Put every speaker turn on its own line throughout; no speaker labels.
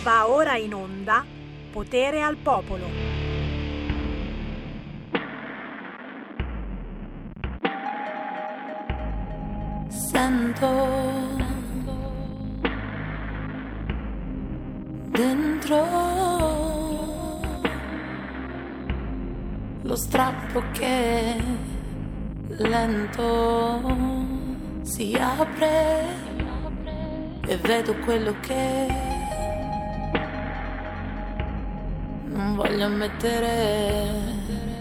Va ora in onda Potere al Popolo.
Sento dentro lo strappo che lento si apre e vedo quello che non voglio ammettere.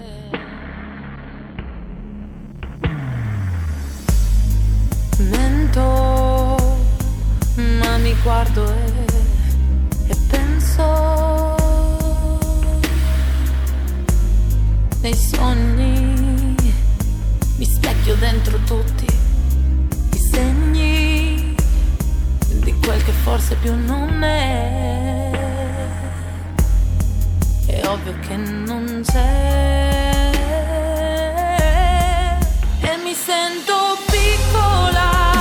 Mento, ma mi guardo e penso nei sogni, mi specchio dentro tutti i segni di quel che forse più non è. È ovvio che non c'è e mi sento piccola.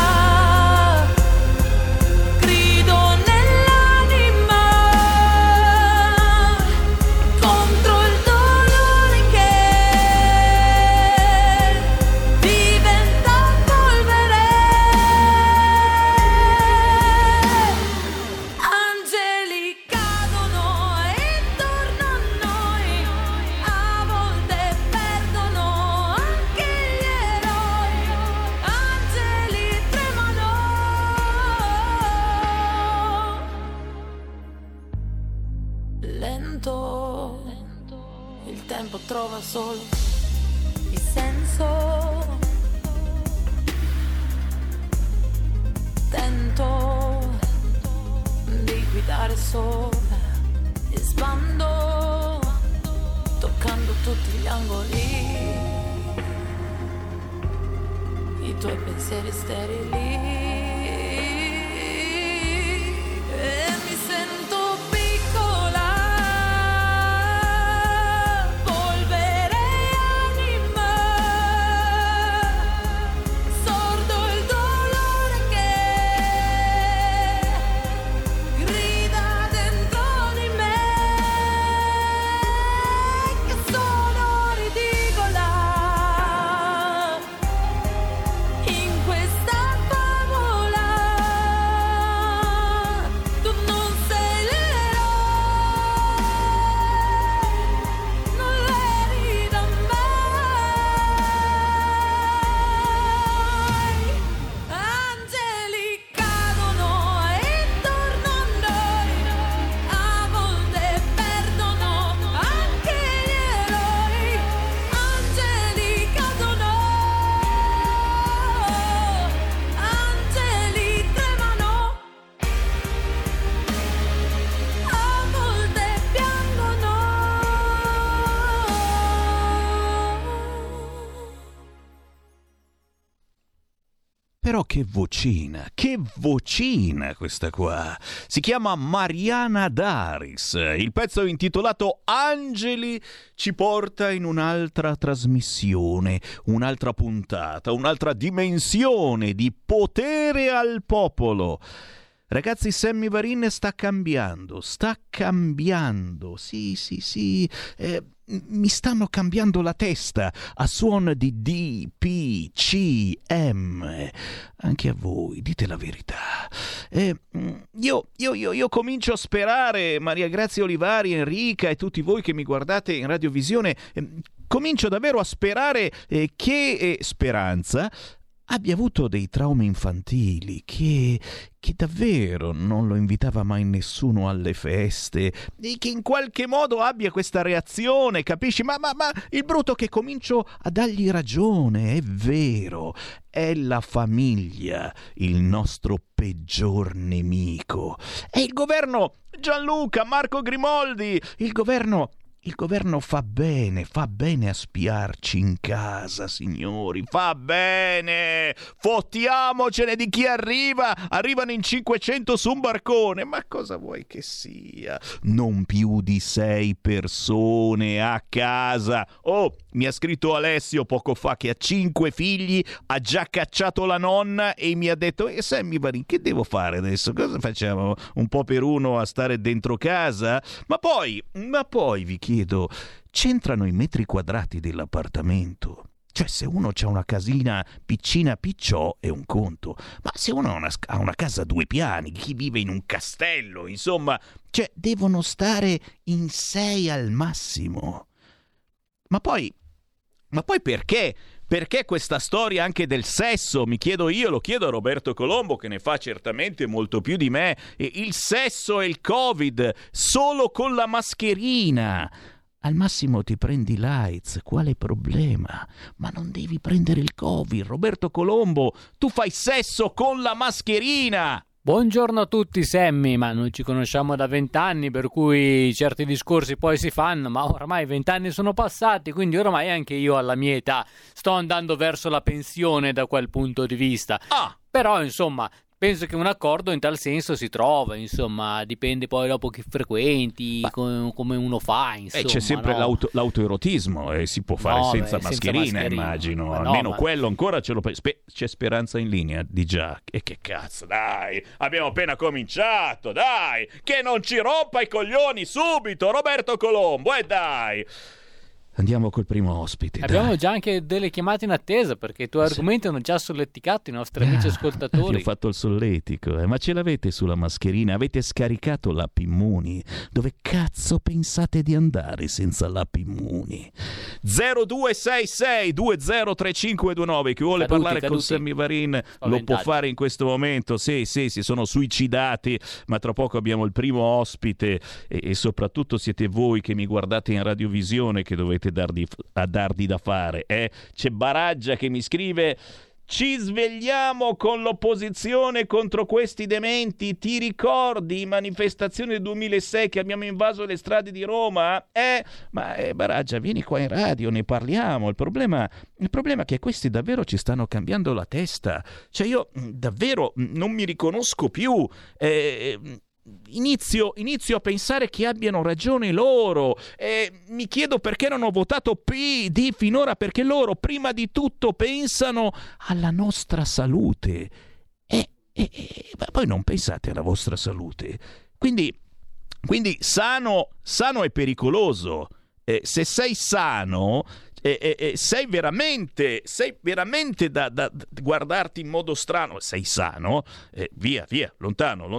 Il tempo trova solo il senso. Tento di guidare sopra e sbando, toccando tutti gli angoli, i tuoi pensieri sterili.
Però che vocina questa qua. Si chiama Mariana Daris. Il pezzo intitolato Angeli ci porta in un'altra trasmissione, un'altra puntata, un'altra dimensione di Potere al Popolo. Ragazzi, Sammy Varin sta cambiando, sì, mi stanno cambiando la testa a suono di D, P, C, M. Anche a voi, dite la verità. Io comincio a sperare, Maria Grazia Olivari, Enrica e tutti voi che mi guardate in radiovisione, comincio davvero a sperare che Speranza abbia avuto dei traumi infantili, che davvero non lo invitava mai nessuno alle feste, e che in qualche modo abbia questa reazione, capisci? Ma il brutto che comincio a dargli ragione, è vero, è la famiglia il nostro peggior nemico. È il governo Gianluca, Marco Grimoldi, il governo il governo fa bene a spiarci in casa, signori, fa bene, fottiamocene di chi arrivano in 500 su un barcone, ma cosa vuoi che sia? Non più di 6 persone a casa. Oh, mi ha scritto Alessio poco fa che ha 5 figli, ha già cacciato la nonna e mi ha detto: Sammy Varin, che devo fare adesso? Cosa facciamo? Un po' per uno a stare dentro casa? Ma poi vi chiedo, c'entrano i metri quadrati dell'appartamento? Cioè, se uno c'ha una casina piccina picciò è un conto, ma se uno ha una casa a 2 piani, chi vive in un castello, insomma, cioè devono stare in 6 al massimo. Ma poi perché? Perché questa storia anche del sesso? Mi chiedo io, lo chiedo a Roberto Colombo che ne fa certamente molto più di me. Il sesso e il Covid solo con la mascherina. Al massimo ti prendi l'AIDS, quale problema? Ma non devi prendere il Covid. Roberto Colombo, tu fai sesso con la mascherina.
Buongiorno a tutti, Sammy, ma noi ci conosciamo da 20 anni, per cui certi discorsi poi si fanno, ma oramai 20 anni sono passati, quindi oramai anche io alla mia età sto andando verso la pensione da quel punto di vista. Però, insomma, penso che un accordo in tal senso si trova, insomma, dipende poi dopo chi frequenti, come uno fa, insomma.
C'è sempre l'autoerotismo e si può fare senza mascherina, immagino. Almeno quello ancora ce lo c'è Speranza in linea, di già. E che cazzo, dai, abbiamo appena cominciato, dai, che non ci rompa i coglioni subito, Roberto Colombo, dai. Andiamo col primo ospite.
Abbiamo già anche delle chiamate in attesa, perché i tuoi argomenti hanno già solleticato i nostri amici ascoltatori.
Vi ho fatto il solletico, ma ce l'avete sulla mascherina? Avete scaricato l'app Immuni? Dove cazzo pensate di andare senza l'app Immuni? 0266 203529. Chi vuole parlare con Sammy Varin lo può fare in questo momento. Sì, si sono suicidati, ma tra poco abbiamo il primo ospite e soprattutto siete voi che mi guardate in radiovisione che dovete dardi da fare. C'è Baraggia che mi scrive: ci svegliamo con l'opposizione contro questi dementi, ti ricordi manifestazioni del 2006 che abbiamo invaso le strade di Roma? Baraggia, vieni qua in radio, ne parliamo. Il problema è che questi davvero ci stanno cambiando la testa, cioè io davvero non mi riconosco più. Inizio a pensare che abbiano ragione loro. Mi chiedo perché non ho votato PD finora, perché loro prima di tutto pensano alla nostra salute ma poi non pensate alla vostra salute. Quindi sano è pericoloso. Se sei sano sei veramente da guardarti in modo strano. Sei sano, via, lontano.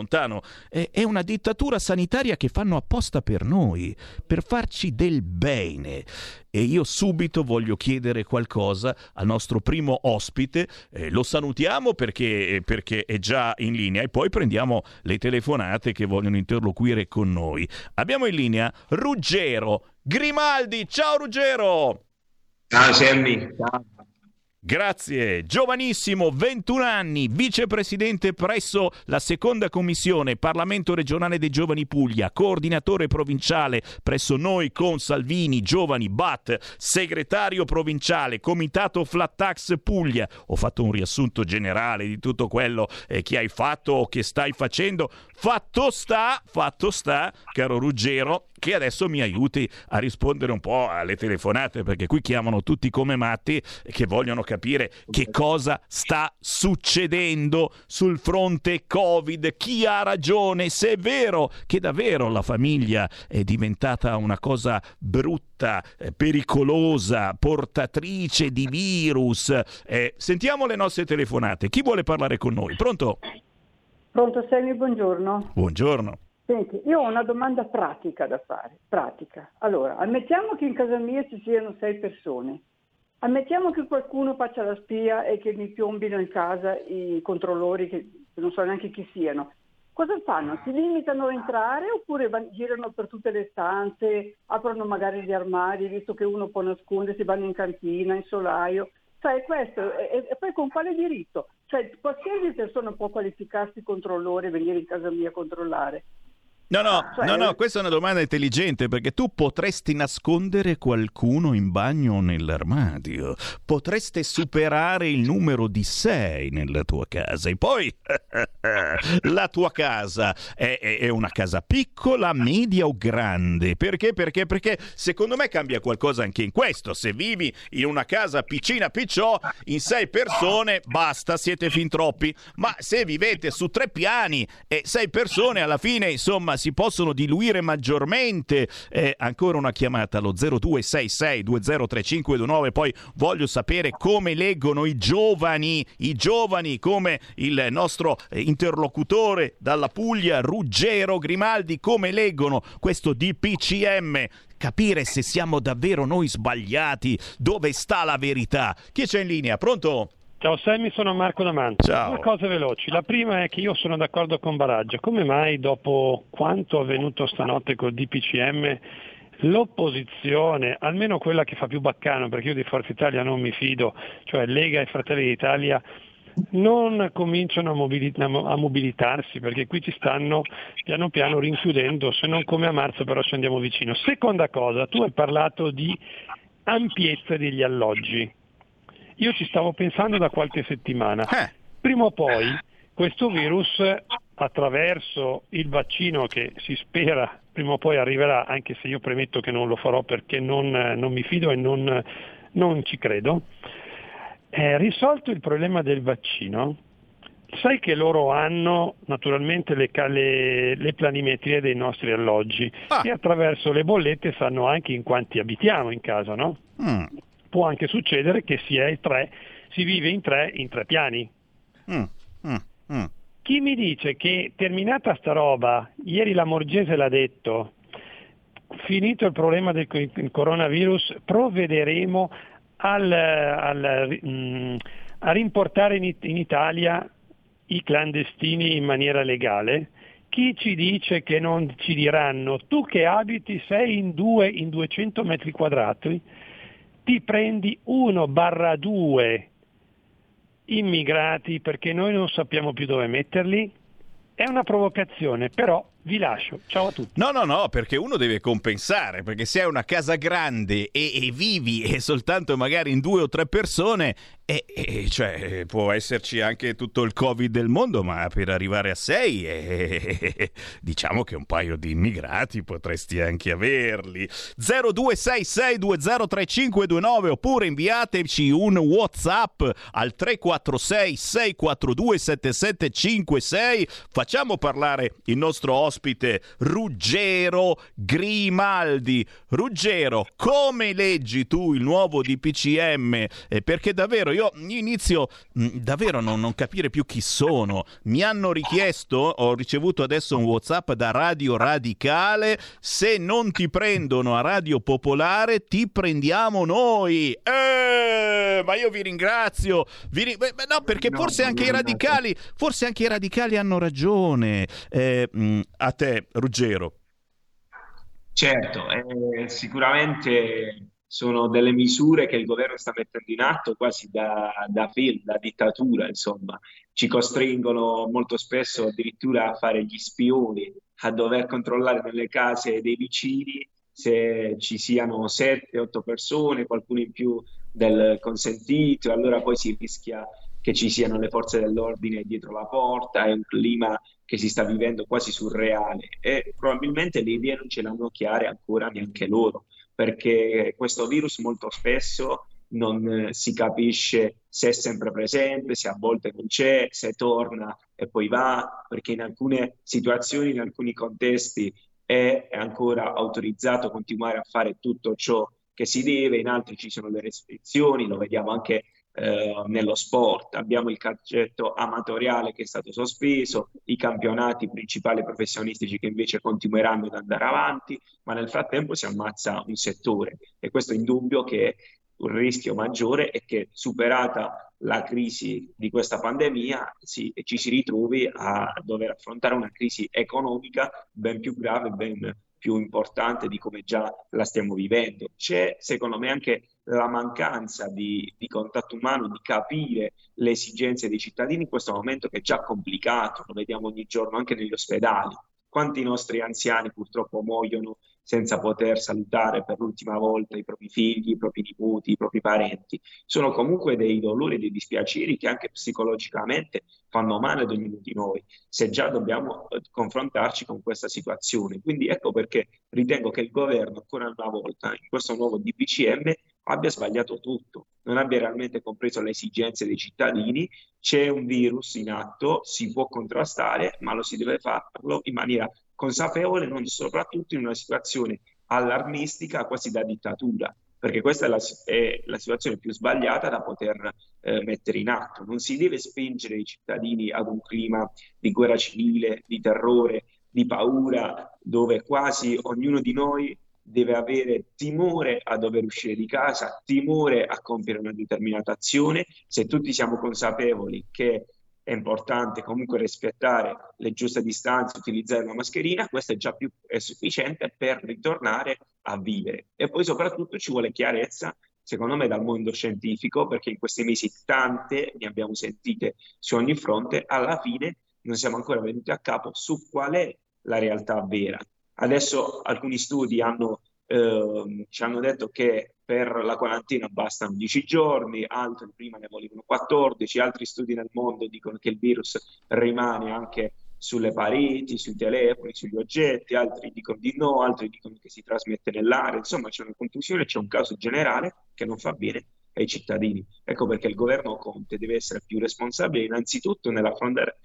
È una dittatura sanitaria che fanno apposta per noi, per farci del bene. E io subito voglio chiedere qualcosa al nostro primo ospite. Lo salutiamo perché è già in linea e poi prendiamo le telefonate che vogliono interloquire con noi. Abbiamo in linea Ruggero Grimaldi. Ciao Ruggero!
Ciao Sammy, ciao.
Grazie, giovanissimo, 21 anni, vicepresidente presso la seconda commissione Parlamento regionale dei giovani Puglia, coordinatore provinciale presso Noi con Salvini Giovani BAT, segretario provinciale Comitato Flat Tax Puglia. Ho fatto un riassunto generale di tutto quello che hai fatto o che stai facendo. Fatto sta, caro Ruggero, che adesso mi aiuti a rispondere un po' alle telefonate, perché qui chiamano tutti come matti e che vogliono capire che cosa sta succedendo sul fronte Covid, chi ha ragione, se è vero che davvero la famiglia è diventata una cosa brutta, pericolosa, portatrice di virus. Sentiamo le nostre telefonate. Chi vuole parlare con noi? Pronto?
Pronto Sammy, buongiorno.
Buongiorno.
Senti, io ho una domanda pratica da fare. Allora, ammettiamo che in casa mia ci siano 6 persone. Ammettiamo che qualcuno faccia la spia e che mi piombino in casa i controllori che non so neanche chi siano. Cosa fanno? Si limitano a entrare oppure girano per tutte le stanze, aprono magari gli armadi, visto che uno può nascondersi, vanno in cantina, in solaio? Cioè questo, e poi con quale diritto? Cioè qualsiasi persona può qualificarsi controllore e venire in casa mia a controllare?
No, questa è una domanda intelligente, perché tu potresti nascondere qualcuno in bagno o nell'armadio, potresti superare il numero di 6 nella tua casa, e poi la tua casa è una casa piccola, media o grande? Perché secondo me cambia qualcosa anche in questo. Se vivi in una casa piccina picciò, in 6 persone basta, siete fin troppi, ma se vivete su 3 piani e 6 persone, alla fine insomma si possono diluire maggiormente. Ancora una chiamata allo 0266203529. Poi voglio sapere come leggono i giovani, come il nostro interlocutore dalla Puglia, Ruggero Grimaldi, come leggono questo DPCM, capire se siamo davvero noi sbagliati, dove sta la verità. Chi c'è in linea? Pronto?
Ciao Sammy, sono Marco da Mantova.
Ciao.
Due cose veloci. La prima è che io sono d'accordo con Baraggia. Come mai dopo quanto avvenuto stanotte col DPCM l'opposizione, almeno quella che fa più baccano, perché io di Forza Italia non mi fido, cioè Lega e Fratelli d'Italia, non cominciano a mobilitarsi, perché qui ci stanno piano piano rinchiudendo, se non come a marzo però ci andiamo vicino. Seconda cosa, tu hai parlato di ampiezza degli alloggi. Io ci stavo pensando da qualche settimana. Prima o poi questo virus, attraverso il vaccino che si spera prima o poi arriverà, anche se io premetto che non lo farò perché non mi fido e non ci credo, risolto il problema del vaccino, sai che loro hanno naturalmente le planimetrie dei nostri alloggi e attraverso le bollette sanno anche in quanti abitiamo in casa, no? Può anche succedere che si vive in tre piani. Chi mi dice che terminata sta roba, ieri la Morgese l'ha detto, finito il problema del coronavirus, provvederemo a rimportare in Italia i clandestini in maniera legale. Chi ci dice che non ci diranno: tu che abiti, sei in 200 metri quadrati, ti prendi 1/2 immigrati perché noi non sappiamo più dove metterli? È una provocazione, però vi lascio. Ciao a tutti.
No, perché uno deve compensare, perché se hai una casa grande e vivi soltanto magari in 2 o 3 persone, cioè può esserci anche tutto il Covid del mondo, ma per arrivare a 6 diciamo che un paio di immigrati potresti anche averli. 0266203529, oppure inviateci un WhatsApp al 346 642 7756. Facciamo parlare il nostro ospite Ruggero Grimaldi. Ruggero, come leggi tu il nuovo DPCM? Perché davvero io inizio davvero a non capire più chi sono. Mi hanno richiesto, ho ricevuto adesso un WhatsApp da Radio Radicale: se non ti prendono a Radio Popolare ti prendiamo noi. Ma io vi ringrazio. No, perché forse anche i radicali hanno ragione. A te, Ruggero.
Certo, sicuramente sono delle misure che il governo sta mettendo in atto quasi da film, da dittatura, insomma. Ci costringono molto spesso addirittura a fare gli spioni, a dover controllare nelle case dei vicini se ci siano 7-8 persone, qualcuno in più del consentito, e allora poi si rischia che ci siano le forze dell'ordine dietro la porta. È un clima che si sta vivendo quasi surreale, e probabilmente le idee non ce l'hanno chiare ancora neanche loro, perché questo virus molto spesso non si capisce se è sempre presente, se a volte non c'è, se torna e poi va, perché in alcune situazioni, in alcuni contesti è ancora autorizzato continuare a fare tutto ciò che si deve, in altri ci sono le restrizioni, lo vediamo anche nello sport. Abbiamo il calcetto amatoriale che è stato sospeso, i campionati principali professionistici che invece continueranno ad andare avanti, ma nel frattempo si ammazza un settore, e questo è indubbio che un rischio maggiore è che, superata la crisi di questa pandemia, ci si ritrovi a dover affrontare una crisi economica ben più grave, ben più importante di come già la stiamo vivendo. C'è secondo me anche la mancanza di contatto umano, di capire le esigenze dei cittadini in questo momento che è già complicato, lo vediamo ogni giorno anche negli ospedali. Quanti nostri anziani purtroppo muoiono senza poter salutare per l'ultima volta i propri figli, i propri nipoti, i propri parenti. Sono comunque dei dolori, dei dispiaceri che anche psicologicamente fanno male ad ognuno di noi, se già dobbiamo confrontarci con questa situazione. Quindi ecco perché ritengo che il governo, ancora una volta, in questo nuovo DPCM, abbia sbagliato tutto, non abbia realmente compreso le esigenze dei cittadini. C'è un virus in atto, si può contrastare, ma lo si deve farlo in maniera consapevole, non soprattutto in una situazione allarmistica, quasi da dittatura, perché questa è la situazione più sbagliata da poter mettere in atto. Non si deve spingere i cittadini ad un clima di guerra civile, di terrore, di paura, dove quasi ognuno di noi deve avere timore a dover uscire di casa, timore a compiere una determinata azione. Se tutti siamo consapevoli che è importante comunque rispettare le giuste distanze, utilizzare la mascherina, questo è sufficiente per ritornare a vivere. E poi soprattutto ci vuole chiarezza, secondo me, dal mondo scientifico, perché in questi mesi tante ne abbiamo sentite su ogni fronte, alla fine non siamo ancora venuti a capo su qual è la realtà vera. Adesso alcuni studi ci hanno detto che per la quarantena bastano 10 giorni, altri prima ne volevano 14, altri studi nel mondo dicono che il virus rimane anche sulle pareti, sui telefoni, sugli oggetti, altri dicono di no, altri dicono che si trasmette nell'aria. Insomma, c'è una confusione, c'è un caso generale che non fa bene ai cittadini. Ecco perché il governo Conte deve essere più responsabile innanzitutto nell'affrontare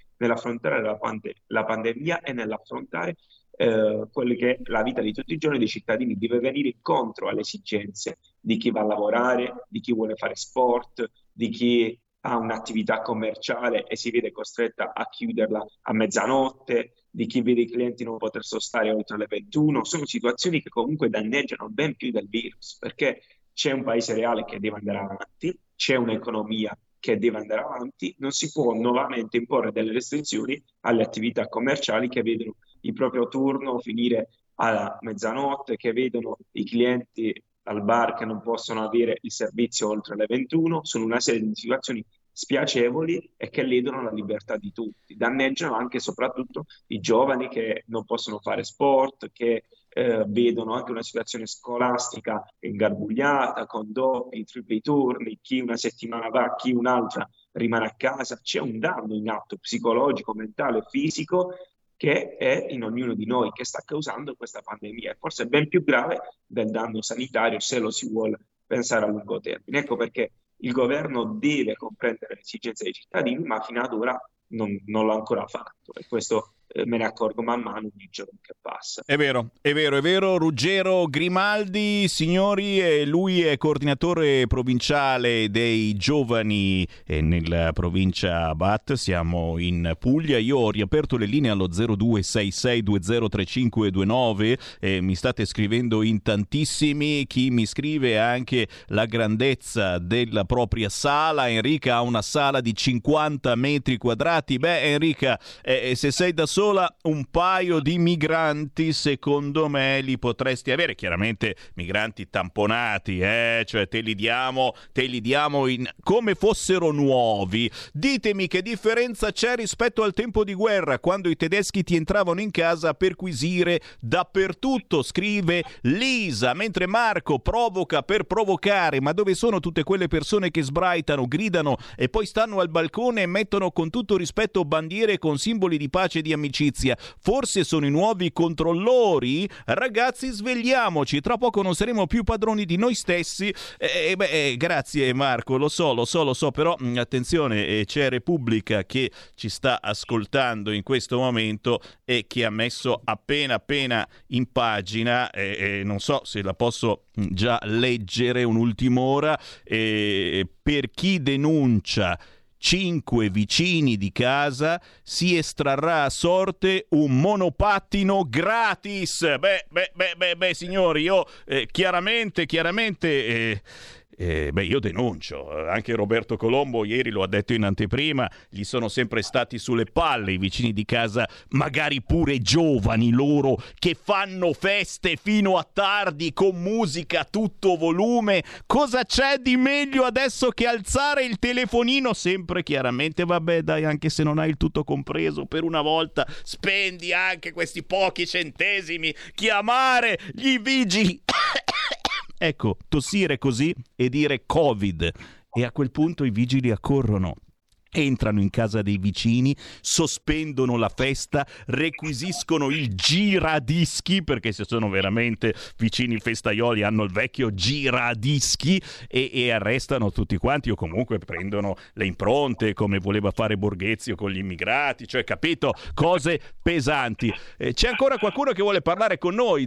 la pandemia e nell'affrontare quello che è la vita di tutti i giorni dei cittadini. Deve venire incontro alle esigenze di chi va a lavorare, di chi vuole fare sport, di chi ha un'attività commerciale e si vede costretta a chiuderla a mezzanotte, di chi vede i clienti non poter sostare oltre le 21. Sono situazioni che comunque danneggiano ben più del virus, perché c'è un paese reale che deve andare avanti, c'è un'economia che deve andare avanti, non si può nuovamente imporre delle restrizioni alle attività commerciali che vedono il proprio turno finire alla mezzanotte, che vedono i clienti al bar che non possono avere il servizio oltre le 21. Sono una serie di situazioni spiacevoli e che ledono la libertà di tutti, danneggiano anche e soprattutto i giovani che non possono fare sport, che vedono anche una situazione scolastica ingarbugliata, con doppi, tripli turni, chi una settimana va, chi un'altra rimane a casa. C'è un danno in atto psicologico, mentale, fisico, che è in ognuno di noi, che sta causando questa pandemia. Forse è ben più grave del danno sanitario, se lo si vuole pensare a lungo termine. Ecco perché il governo deve comprendere le esigenze dei cittadini, ma fino ad ora non l'ha ancora fatto, e questo me ne accorgo man mano ogni giorno che passa.
È vero. Ruggero Grimaldi, signori, lui è coordinatore provinciale dei giovani nella provincia Abate. Siamo in Puglia. Io ho riaperto le linee allo 0266203529. Mi state scrivendo in tantissimi. Chi mi scrive anche la grandezza della propria sala. Enrica ha una sala di 50 metri quadrati. Beh, Enrica, se sei da sola, un paio di migranti secondo me li potresti avere, chiaramente migranti tamponati, cioè te li diamo come fossero nuovi. Ditemi che differenza c'è rispetto al tempo di guerra, quando i tedeschi ti entravano in casa a perquisire dappertutto, scrive Lisa, mentre Marco provoca per provocare. Ma dove sono tutte quelle persone che sbraitano, gridano e poi stanno al balcone e mettono con tutto rispetto bandiere con simboli di pace e di amicizia? Forse sono i nuovi controllori? Ragazzi, svegliamoci, tra poco non saremo più padroni di noi stessi. Grazie Marco, lo so, però attenzione, c'è Repubblica che ci sta ascoltando in questo momento e che ha messo appena in pagina, non so se la posso già leggere un'ultima ora, per chi denuncia 5 vicini di casa si estrarrà a sorte un monopattino gratis. Beh, signori, io chiaramente io denuncio. Anche Roberto Colombo ieri lo ha detto in anteprima, gli sono sempre stati sulle palle i vicini di casa, magari pure giovani loro, che fanno feste fino a tardi con musica a tutto volume. Cosa c'è di meglio adesso che alzare il telefonino? Sempre chiaramente, vabbè dai, anche se non hai il tutto compreso, per una volta spendi anche questi pochi centesimi, chiamare gli vigili ecco, tossire così e dire Covid, e a quel punto i vigili accorrono, entrano in casa dei vicini, sospendono la festa, requisiscono il giradischi, perché se sono veramente vicini festaioli hanno il vecchio giradischi, e arrestano tutti quanti, o comunque prendono le impronte come voleva fare Borghezio con gli immigrati, cioè, capito? Cose pesanti. C'è ancora qualcuno che vuole parlare con noi?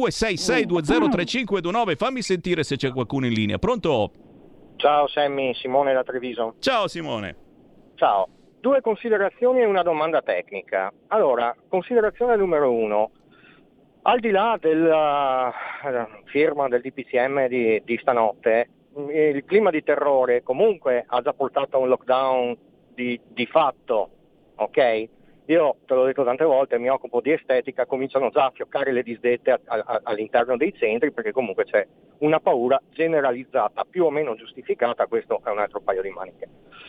0266203529, fammi sentire se c'è qualcuno in linea. Pronto?
Ciao Sammy, Simone da Treviso.
Ciao Simone.
Ciao, 2 considerazioni e una domanda tecnica. Allora, considerazione numero 1, al di là della firma del DPCM di stanotte, il clima di terrore comunque ha già portato a un lockdown di fatto, ok? Io te l'ho detto tante volte, mi occupo di estetica, cominciano già a fioccare le disdette all'interno dei centri, perché comunque c'è una paura generalizzata, più o meno giustificata, questo è un altro paio di maniche.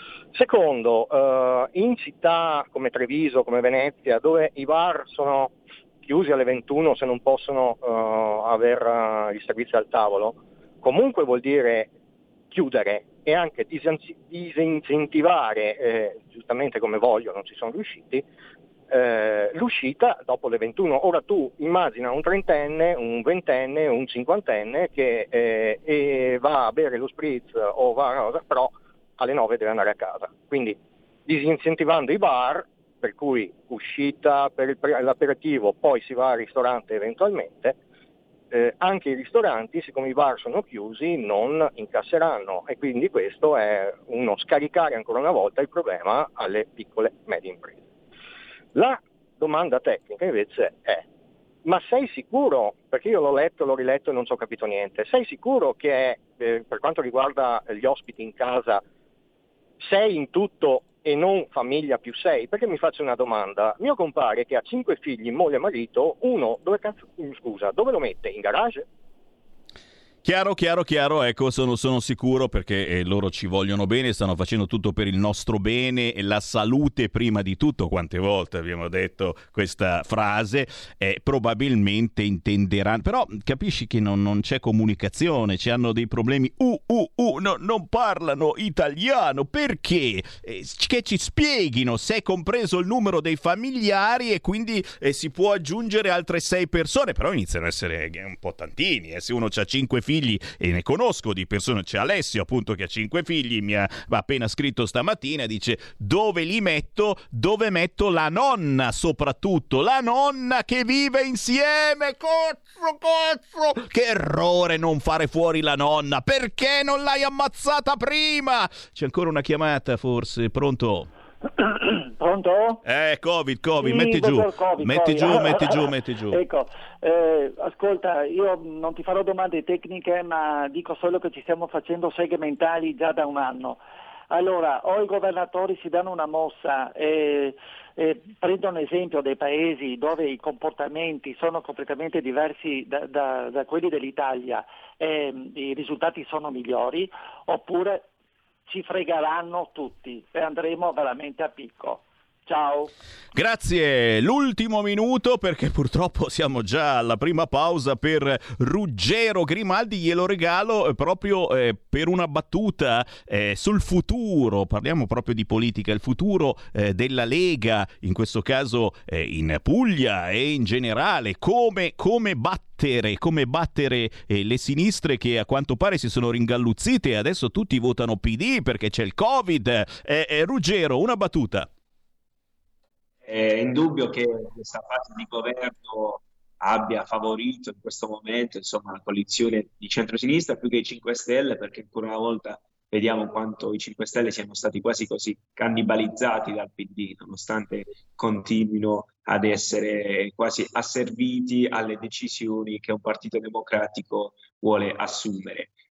Secondo, in città come Treviso, come Venezia, dove i bar sono chiusi alle 21 se non possono aver il servizio al tavolo, comunque vuol dire chiudere e anche disincentivare, giustamente come vogliono, non ci sono riusciti, l'uscita dopo le 21. Ora tu immagina un trentenne, un ventenne, un cinquantenne che va a bere lo spritz o va, però alle 9 deve andare a casa, quindi disincentivando i bar, per cui uscita per l'aperitivo, poi si va al ristorante eventualmente, anche i ristoranti, siccome i bar sono chiusi, non incasseranno, e quindi questo è uno scaricare ancora una volta il problema alle piccole e medie imprese. La domanda tecnica invece è: ma sei sicuro, perché io l'ho letto, l'ho riletto e non ci ho capito niente, sei sicuro che per quanto riguarda gli ospiti in casa 6 in tutto e non famiglia più 6? Perché mi faccio una domanda: mio compare che ha 5 figli, moglie e marito, uno dove lo mette? In garage?
Chiaro, ecco, sono sicuro, perché loro ci vogliono bene, stanno facendo tutto per il nostro bene e la salute prima di tutto. Quante volte abbiamo detto questa frase, probabilmente intenderanno, però capisci che non c'è comunicazione, ci hanno dei problemi, non parlano italiano, perché? Che ci spieghino se è compreso il numero dei familiari e quindi si può aggiungere altre 6 persone, però iniziano a essere un po' tantini, se uno ha 5 figli, e ne conosco di persone, c'è Alessio appunto che ha 5 figli, mi ha appena scritto stamattina, dice: dove li metto? Dove metto la nonna, soprattutto la nonna che vive insieme? Cazzo, che errore non fare fuori la nonna, perché non l'hai ammazzata prima? C'è ancora una chiamata forse? Pronto?
Pronto?
Covid,
sì,
metti giù.
COVID,
metti giù.
Ecco, ascolta, io non ti farò domande tecniche, ma dico solo che ci stiamo facendo segmentali già da un anno. Allora, o i governatori si danno una mossa e prendono esempio dei paesi dove i comportamenti sono completamente diversi da quelli dell'Italia e i risultati sono migliori, oppure ci fregheranno tutti e andremo veramente a picco. Ciao.
Grazie. L'ultimo minuto, perché purtroppo siamo già alla prima pausa, per Ruggero Grimaldi. Glielo regalo proprio per una battuta sul futuro. Parliamo proprio di politica, il futuro della Lega, in questo caso in Puglia e in generale. Come battere le sinistre che a quanto pare si sono ringalluzzite e adesso tutti votano PD perché c'è il Covid. Ruggero, una battuta.
È indubbio che questa fase di governo abbia favorito in questo momento, insomma, la coalizione di centrosinistra più che i 5 Stelle, perché ancora una volta vediamo quanto i 5 Stelle siano stati quasi così cannibalizzati dal PD, nonostante continuino ad essere quasi asserviti alle decisioni che un partito democratico vuole assumere.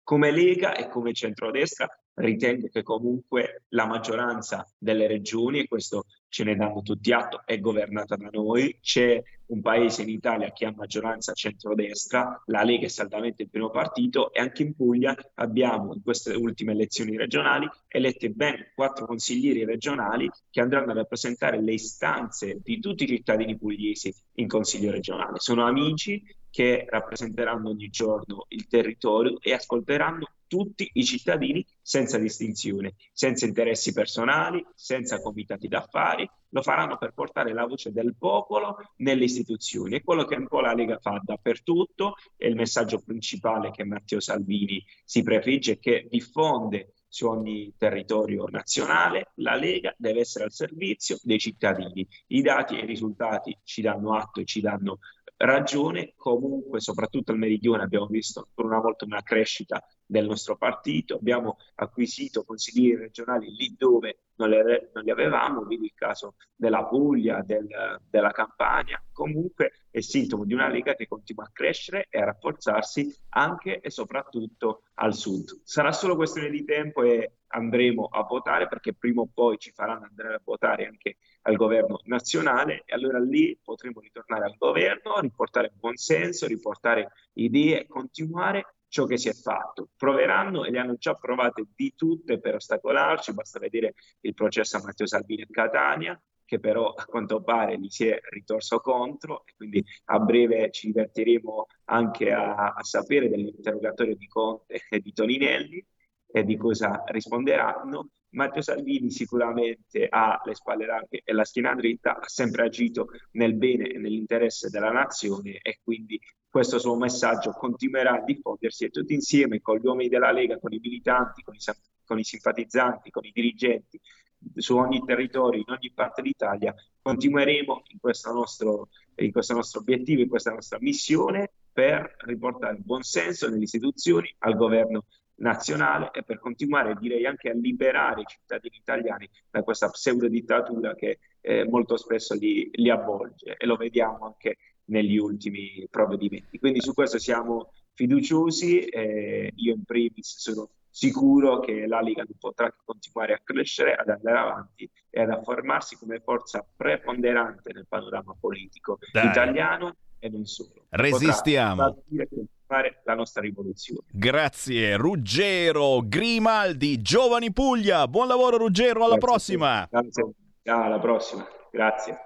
Come Lega e come centrodestra ritengo che comunque la maggioranza delle regioni, e questo ce ne danno tutti atto, è governata da noi. C'è un paese in Italia che ha maggioranza centrodestra, la Lega è saldamente il primo partito, e anche in Puglia abbiamo in queste ultime elezioni regionali elette ben 4 consiglieri regionali che andranno a rappresentare le istanze di tutti i cittadini pugliesi in Consiglio regionale. Sono amici che rappresenteranno ogni giorno il territorio e ascolteranno tutti i cittadini senza distinzione, senza interessi personali, senza comitati d'affari. Lo faranno per portare la voce del popolo nelle istituzioni. È quello che un po' la Lega fa dappertutto, è il messaggio principale che Matteo Salvini si prefigge e che diffonde su ogni territorio nazionale. La Lega deve essere al servizio dei cittadini. I dati e i risultati ci danno atto e ci danno ragione. Comunque, soprattutto al Meridione, abbiamo visto ancora una volta una crescita del nostro partito, abbiamo acquisito consiglieri regionali lì dove non li avevamo, vedi il caso della Puglia, della Campania. Comunque è sintomo di una Lega che continua a crescere e a rafforzarsi anche e soprattutto al sud. Sarà solo questione di tempo e andremo a votare, perché prima o poi ci faranno andare a votare anche al governo nazionale, e allora lì potremo ritornare al governo, riportare buonsenso, riportare idee, continuare ciò che si è fatto. Proveranno, e le hanno già provate di tutte per ostacolarci, basta vedere il processo a Matteo Salvini a Catania, che però a quanto pare gli si è ritorso contro, e quindi a breve ci divertiremo anche a sapere dell'interrogatorio di Conte e di Toninelli e di cosa risponderanno. Matteo Salvini sicuramente ha le spalle larghe e la schiena dritta, ha sempre agito nel bene e nell'interesse della nazione, e quindi questo suo messaggio continuerà a diffondersi, e tutti insieme con gli uomini della Lega, con i militanti, con i simpatizzanti, con i dirigenti su ogni territorio, in ogni parte d'Italia, continueremo in questo nostro obiettivo, in questa nostra missione, per riportare il buonsenso nelle istituzioni, al governo nazionale, e per continuare, direi, anche a liberare i cittadini italiani da questa pseudo dittatura che molto spesso li avvolge, e lo vediamo anche negli ultimi provvedimenti. Quindi su questo siamo fiduciosi, io in primis sono sicuro che la Lega non potrà continuare a crescere, ad andare avanti e ad affermarsi come forza preponderante nel panorama politico italiano e non solo.
Resistiamo.
Fare la nostra rivoluzione.
Grazie Ruggero Grimaldi, Giovani Puglia. Buon lavoro Ruggero, alla prossima.
Grazie. Ciao, alla prossima. Grazie.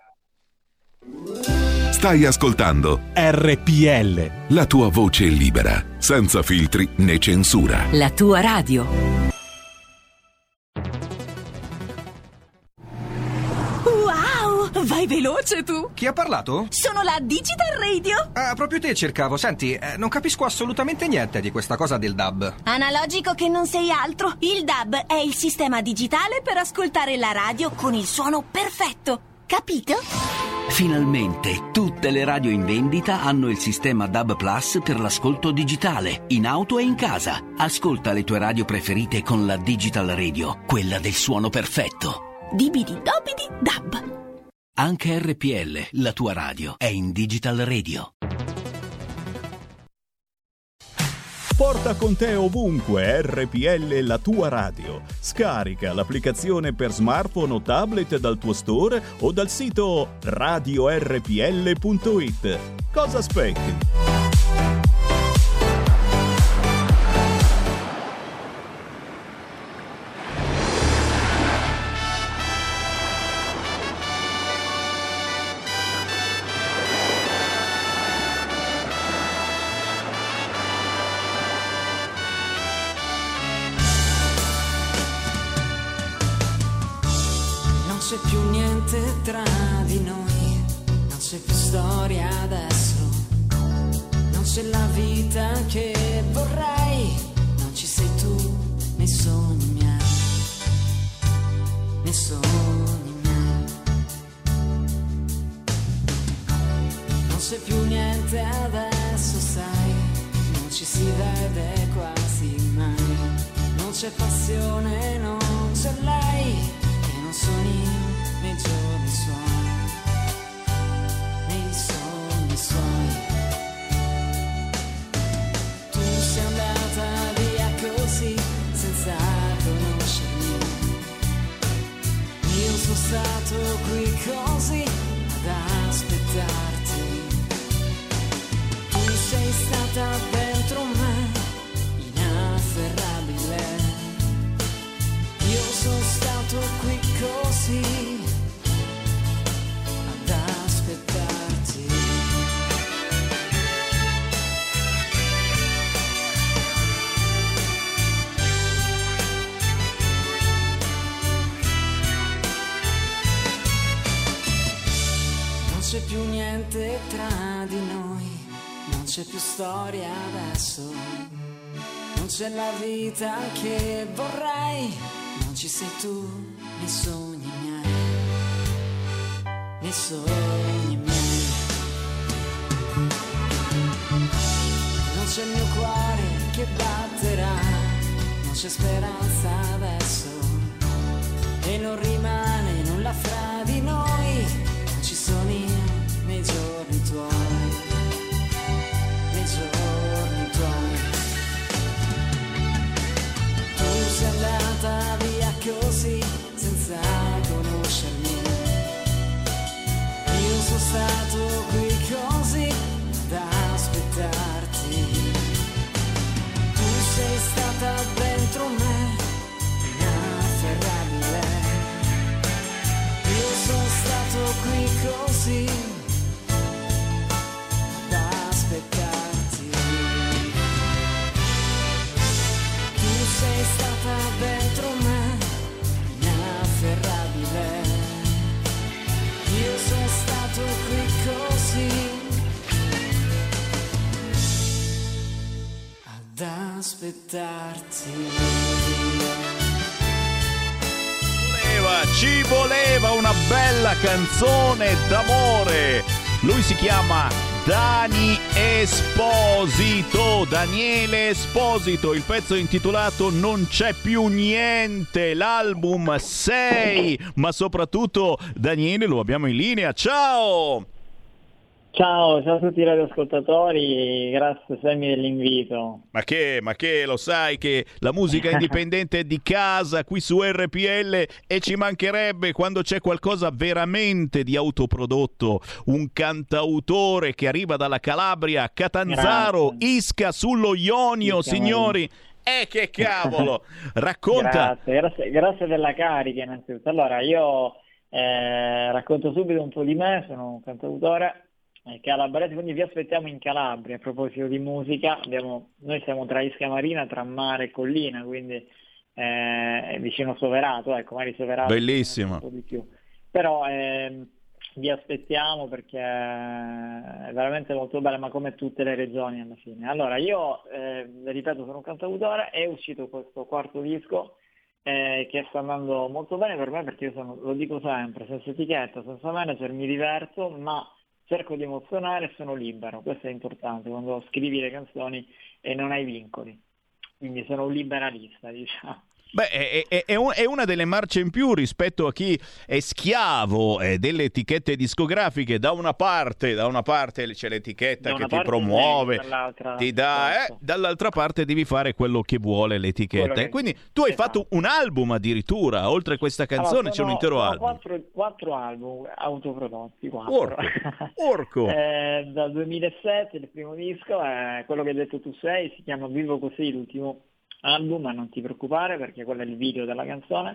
Stai ascoltando RPL, la tua voce libera, senza filtri né censura.
La tua radio.
Vai veloce tu!
Chi ha parlato?
Sono la Digital Radio!
Ah, proprio te cercavo. Senti, non capisco assolutamente niente di questa cosa del DAB.
Analogico che non sei altro. Il DAB è il sistema digitale per ascoltare la radio con il suono perfetto. Capito?
Finalmente tutte le radio in vendita hanno il sistema DAB Plus per l'ascolto digitale, in auto e in casa. Ascolta le tue radio preferite con la Digital Radio, quella del suono perfetto.
Dibidi dobidi DAB.
Anche RPL, la tua radio, è in Digital Radio.
Porta con te ovunque RPL, la tua radio. Scarica l'applicazione per smartphone o tablet dal tuo store o dal sito radiorpl.it. Cosa aspetti?
c'è più niente tra di noi, non c'è più storia adesso, non c'è la vita che vorrei, non ci sei tu nei sogni miei, nei sogni miei. Non c'è più niente adesso, sai, non ci si vede quasi mai, non c'è passione, non c'è lei, non sono nei giorni suoi, nei sogni suoi. Tu sei andata via così ad aspettarti. Tu sei stata dentro me, inafferrabile. Io sono stato qui così ad aspettarti. Non c'è più niente tra di noi, non c'è più storia adesso, non c'è la vita che vorrei, non ci sei tu, nei sogni miei, nei sogni miei. Non c'è il mio cuore che batterà, non c'è speranza adesso, e non rimane nulla fra di noi, non ci sono io nei giorni tuoi, nei giorni tuoi. Tu sei andata via così, senza conoscermi. Io sono stato qui così, ad aspettarti. Tu sei stata dentro me, inafferrabile. Io sono stato qui così, ad aspettarti. Tu sei stata dentro me, inafferrabile. Io sono stato qui così, ad aspettarti.
Ci voleva una bella canzone d'amore. Lui si chiama Dani Esposito, Daniele Esposito. Il pezzo è intitolato Non c'è più niente, l'album 6. Ma soprattutto Daniele lo abbiamo in linea. Ciao!
Ciao a tutti i radioascoltatori, grazie Sammy dell'invito.
Ma che lo sai che la musica indipendente è di casa qui su RPL, e ci mancherebbe quando c'è qualcosa veramente di autoprodotto, un cantautore che arriva dalla Calabria, Catanzaro, grazie. Isca sullo Ionio, signori. Che cavolo! Racconta.
Grazie della carica innanzitutto. Allora io racconto subito un po' di me, sono un cantautore calabrese, quindi vi aspettiamo in Calabria. A proposito di musica, noi siamo tra Isca Marina, tra mare e collina, quindi vicino Soverato, ecco, magari Soverato
bellissimo,
un po' di più, però vi aspettiamo perché è veramente molto bella, ma come tutte le regioni alla fine. Allora io ripeto, sono un cantautore, è uscito questo quarto disco che sta andando molto bene per me, perché io lo dico sempre, senza etichetta, senza manager, mi diverto, ma cerco di emozionare e sono libero. Questo è importante quando scrivi le canzoni e non hai vincoli, quindi sono un liberalista, diciamo.
Beh, è una delle marce in più rispetto a chi è schiavo delle etichette discografiche. Da una parte c'è l'etichetta che ti promuove, ti dà, dall'altra parte devi fare quello che vuole l'etichetta. E quindi tu hai fatto un album addirittura, oltre a questa canzone c'è un intero album.
Quattro album autoprodotti.
Orco.
Dal 2007 il primo disco, quello che hai detto tu sei, si chiama Vivo Così, l'ultimo album, ma non ti preoccupare perché quello è il video della canzone.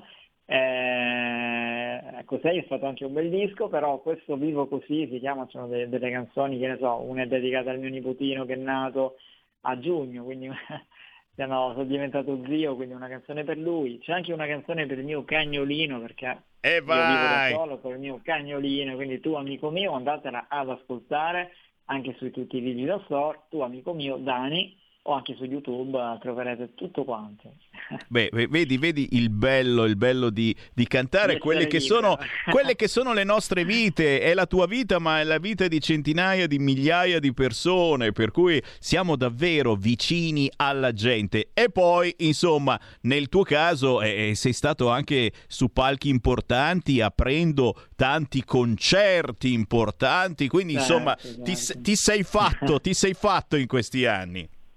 Cos'è? È stato anche un bel disco, però questo Vivo Così si chiama, sono delle canzoni, che ne so, una è dedicata al mio nipotino che è nato a giugno, quindi sono diventato zio, quindi una canzone per lui. C'è anche una canzone per il mio cagnolino, perché io vivo da solo con il mio cagnolino, quindi tu amico mio andatela ad ascoltare anche su tutti i video store, tu amico mio Dani, o anche su YouTube troverete tutto quanto.
Beh, vedi il bello di cantare quelle che sono le nostre vite. È la tua vita, ma è la vita di centinaia di migliaia di persone, per cui siamo davvero vicini alla gente. E poi, insomma, nel tuo caso sei stato anche su palchi importanti, aprendo tanti concerti importanti, quindi insomma ti sei fatto in questi anni.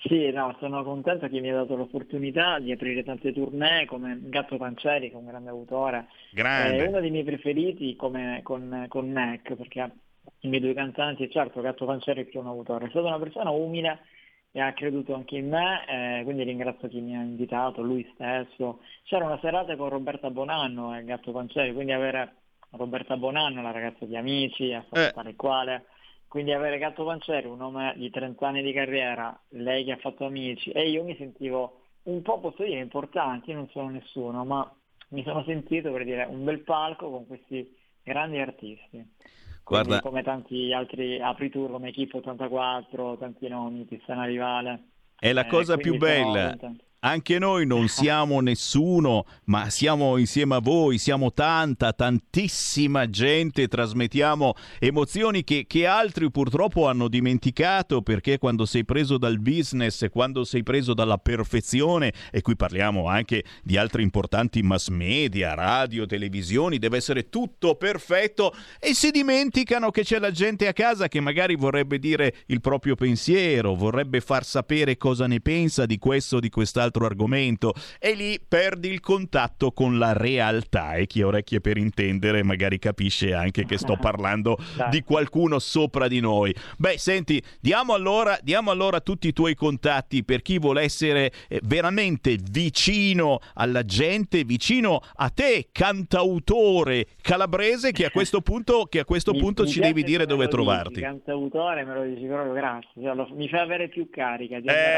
Sì, no, sono contento che mi ha dato l'opportunità di aprire tante tournée come Gatto Pancieri, che è un grande autore.
Grande.
È uno dei miei preferiti con Neck, perché i miei due cantanti, certo Gatto Pancieri è più un autore, è stata una persona umile e ha creduto anche in me, quindi ringrazio chi mi ha invitato, lui stesso. C'era una serata con Roberta Bonanno e Gatto Pancieri, quindi avere Roberta Bonanno, la ragazza di Amici, a fare il quale... Quindi avere Gatto Pancieri, un nome di 30 anni di carriera, lei che ha fatto Amici, e io mi sentivo un po', posso dire, importante, io non sono nessuno, ma mi sono sentito, per dire, un bel palco con questi grandi artisti. Quindi,
Guarda,
come tanti altri apri-tour, come Equipe 84, tanti nomi, Tiziana Rivale.
è la cosa più bella. Anche noi non siamo nessuno, ma siamo insieme a voi, siamo tantissima gente, trasmettiamo emozioni che altri purtroppo hanno dimenticato, perché quando sei preso dal business, quando sei preso dalla perfezione, e qui parliamo anche di altri importanti mass media, radio, televisioni, deve essere tutto perfetto e si dimenticano che c'è la gente a casa che magari vorrebbe dire il proprio pensiero, vorrebbe far sapere cosa ne pensa di questo o di quest'altro argomento, e lì perdi il contatto con la realtà, e chi ha orecchie per intendere magari capisce anche che sto parlando di qualcuno sopra di noi. Beh, senti, diamo allora tutti i tuoi contatti per chi vuole essere veramente vicino alla gente, vicino a te, cantautore calabrese, che a questo punto ci devi dire dove trovarti.
Cantautore, me lo dici proprio, grazie, mi fa avere più carica.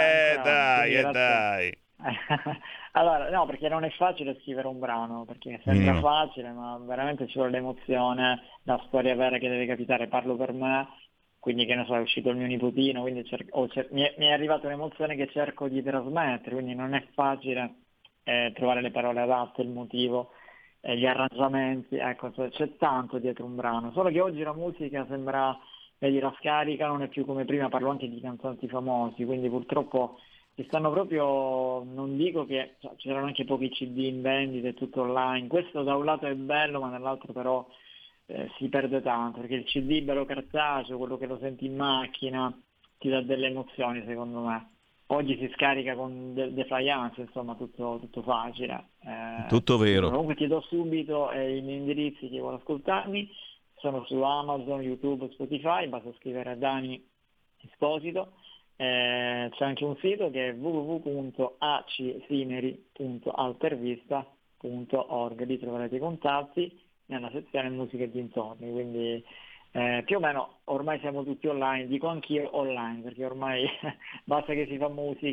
Dai.
Allora, no, perché non è facile scrivere un brano, perché sembra facile, ma veramente ci vuole l'emozione, la storia vera che deve capitare. Parlo per me, quindi che ne so, è uscito il mio nipotino, quindi mi è arrivata un'emozione che cerco di trasmettere, quindi non è facile trovare le parole adatte, il motivo, gli arrangiamenti, ecco, c'è tanto dietro un brano, solo che oggi la musica sembra, vedi, la scarica non è più come prima, parlo anche di cantanti famosi, quindi purtroppo ci stanno proprio, non dico che c'erano anche pochi CD in vendita, è tutto online, questo da un lato è bello, ma dall'altro però si perde tanto, perché il CD bello cartaceo, quello che lo senti in macchina, ti dà delle emozioni, secondo me. Oggi si scarica con defiance, insomma, tutto facile.
Tutto vero.
Comunque ti do subito i miei indirizzi, chi vuole ascoltarmi, sono su Amazon, YouTube, Spotify, basta scrivere Dani Esposito. C'è anche un sito che è www.acsineri.altervista.org, lì troverete i contatti nella sezione musica e dintorni, quindi più o meno ormai siamo tutti online, dico anch'io online, perché ormai basta che si fa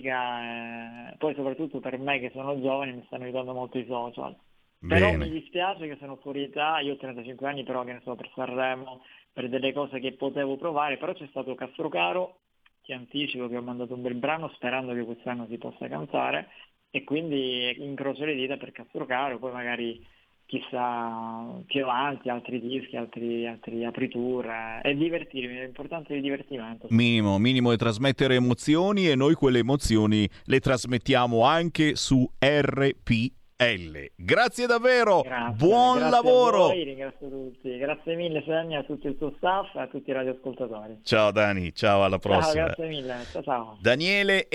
musica, poi soprattutto per me che sono giovane mi stanno aiutando molto i social. Però mi dispiace che sono fuori età, io ho 35 anni, però che ne so, per Sanremo, per delle cose che potevo provare, però c'è stato Castrocaro, ti anticipo che ho mandato un bel brano sperando che quest'anno si possa cantare, e quindi incrocio le dita per Castrocaro, poi magari chissà più avanti altri dischi, altri apriture, e divertirmi, l'importante è il divertimento.
Minimo è trasmettere emozioni, e noi quelle emozioni le trasmettiamo anche su RPL. Grazie davvero, buon lavoro.
A voi, ringrazio tutti, grazie mille Sammy, a tutto il tuo staff e a tutti i radioascoltatori.
Ciao Dani, ciao, alla prossima.
Ciao, grazie mille, ciao.
Daniele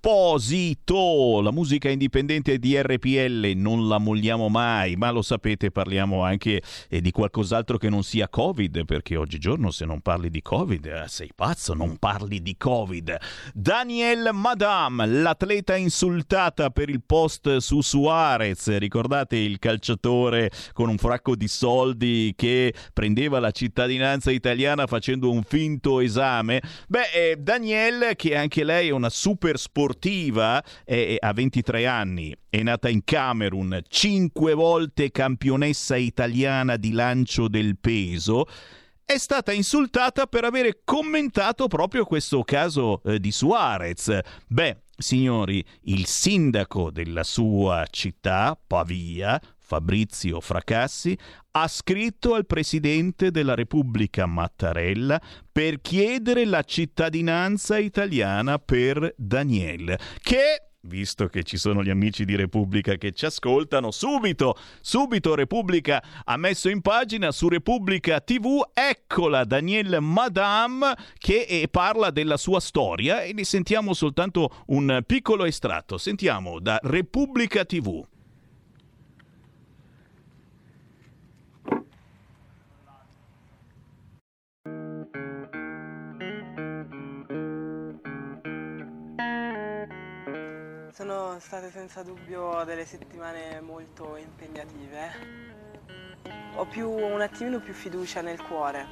Esposito, la musica indipendente di RPL, non la molliamo mai, ma lo sapete, parliamo anche di qualcos'altro che non sia Covid, perché oggigiorno se non parli di Covid, sei pazzo, non parli di Covid. Daniel Madame, l'atleta insultata per il post su Suarez, ricordate il calciatore con un fracco di soldi che prendeva la cittadinanza italiana facendo un finto esame? Beh, Danielle, che anche lei è una super sportiva, ha 23 anni, è nata in Camerun, 5 volte campionessa italiana di lancio del peso, è stata insultata per avere commentato proprio questo caso di Suarez. Beh, signori, il sindaco della sua città, Pavia, Fabrizio Fracassi, ha scritto al presidente della Repubblica Mattarella per chiedere la cittadinanza italiana per Daniel, che visto che ci sono gli amici di Repubblica che ci ascoltano, subito Repubblica ha messo in pagina su Repubblica TV, eccola Danielle Madame che parla della sua storia, e ne sentiamo soltanto un piccolo estratto. Sentiamo da Repubblica TV.
Sono state senza dubbio delle settimane molto impegnative. Ho un attimino più fiducia nel cuore.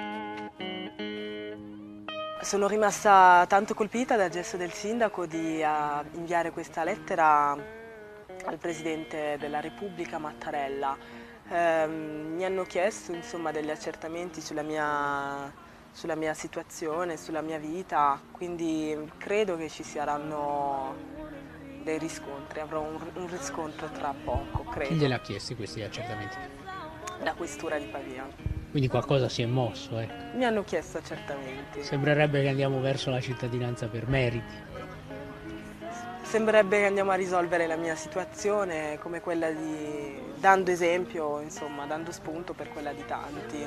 Sono rimasta tanto colpita dal gesto del sindaco di inviare questa lettera al Presidente della Repubblica Mattarella. Mi hanno chiesto degli accertamenti sulla mia situazione, sulla mia vita, quindi credo che ci saranno dei riscontri, avrò un riscontro tra poco, credo.
Chi gliel'ha chiesti questi accertamenti?
La questura di Pavia.
Quindi qualcosa si è mosso, ecco.
Mi hanno chiesto accertamenti.
Sembrerebbe che andiamo verso la cittadinanza per meriti.
Sembrerebbe che andiamo a risolvere la mia situazione come quella dando esempio, dando spunto per quella di tanti.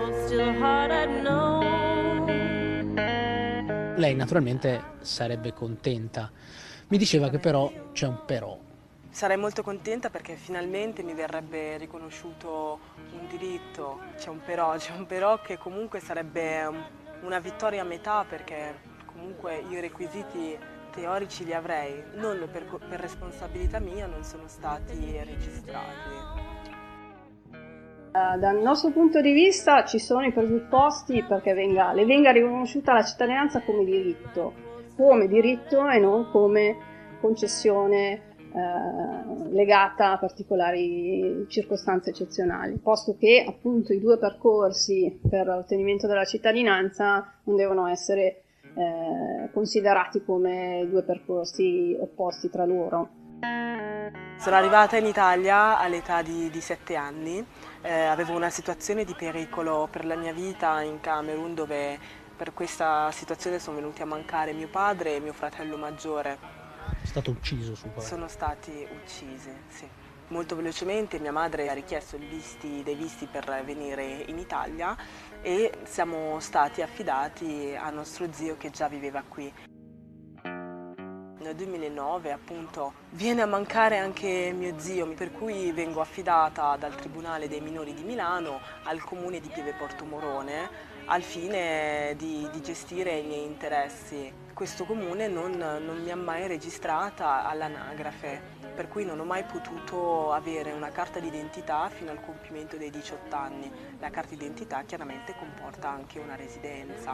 Lei naturalmente sarebbe contenta. Mi diceva che però c'è un però.
Sarei molto contenta perché finalmente mi verrebbe riconosciuto un diritto. C'è un però che comunque sarebbe una vittoria a metà, perché comunque io i requisiti teorici li avrei, non per responsabilità mia non sono stati registrati.
Dal nostro punto di vista ci sono i presupposti perché le venga riconosciuta la cittadinanza come diritto e non come concessione legata a particolari circostanze eccezionali, posto che appunto i due percorsi per l'ottenimento della cittadinanza non devono essere considerati come due percorsi opposti tra loro.
Sono arrivata in Italia all'età di 7 anni, avevo una situazione di pericolo per la mia vita in Camerun, dove per questa situazione sono venuti a mancare mio padre e mio fratello maggiore.
È stato ucciso suo padre?
Sono stati uccisi, sì. Molto velocemente mia madre ha richiesto dei visti per venire in Italia e siamo stati affidati a nostro zio che già viveva qui. Nel 2009 appunto viene a mancare anche mio zio, per cui vengo affidata dal Tribunale dei Minori di Milano al Comune di Pieve Portomorone al fine di gestire i miei interessi. Questo comune non mi ha mai registrata all'anagrafe, per cui non ho mai potuto avere una carta d'identità fino al compimento dei 18 anni. La carta d'identità chiaramente comporta anche una residenza.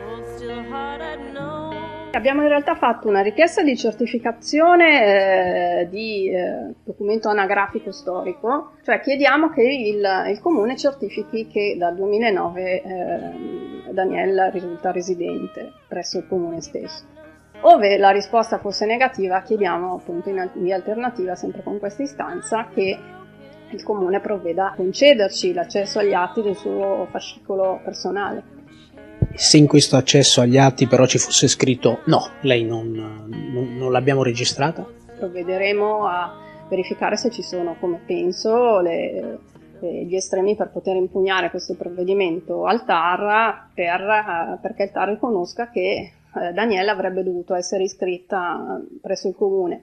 Abbiamo in realtà fatto una richiesta di certificazione di documento anagrafico storico, cioè chiediamo che il comune certifichi che dal 2009 Danielle risulta residente presso il comune stesso. Ove la risposta fosse negativa, chiediamo appunto in via alternativa, sempre con questa istanza, che il comune provveda a concederci l'accesso agli atti del suo fascicolo personale.
Se in questo accesso agli atti però ci fosse scritto no, lei non l'abbiamo registrata?
Provvederemo a verificare se ci sono, come penso, gli estremi per poter impugnare questo provvedimento al TAR perché il TAR riconosca che Danielle avrebbe dovuto essere iscritta presso il comune.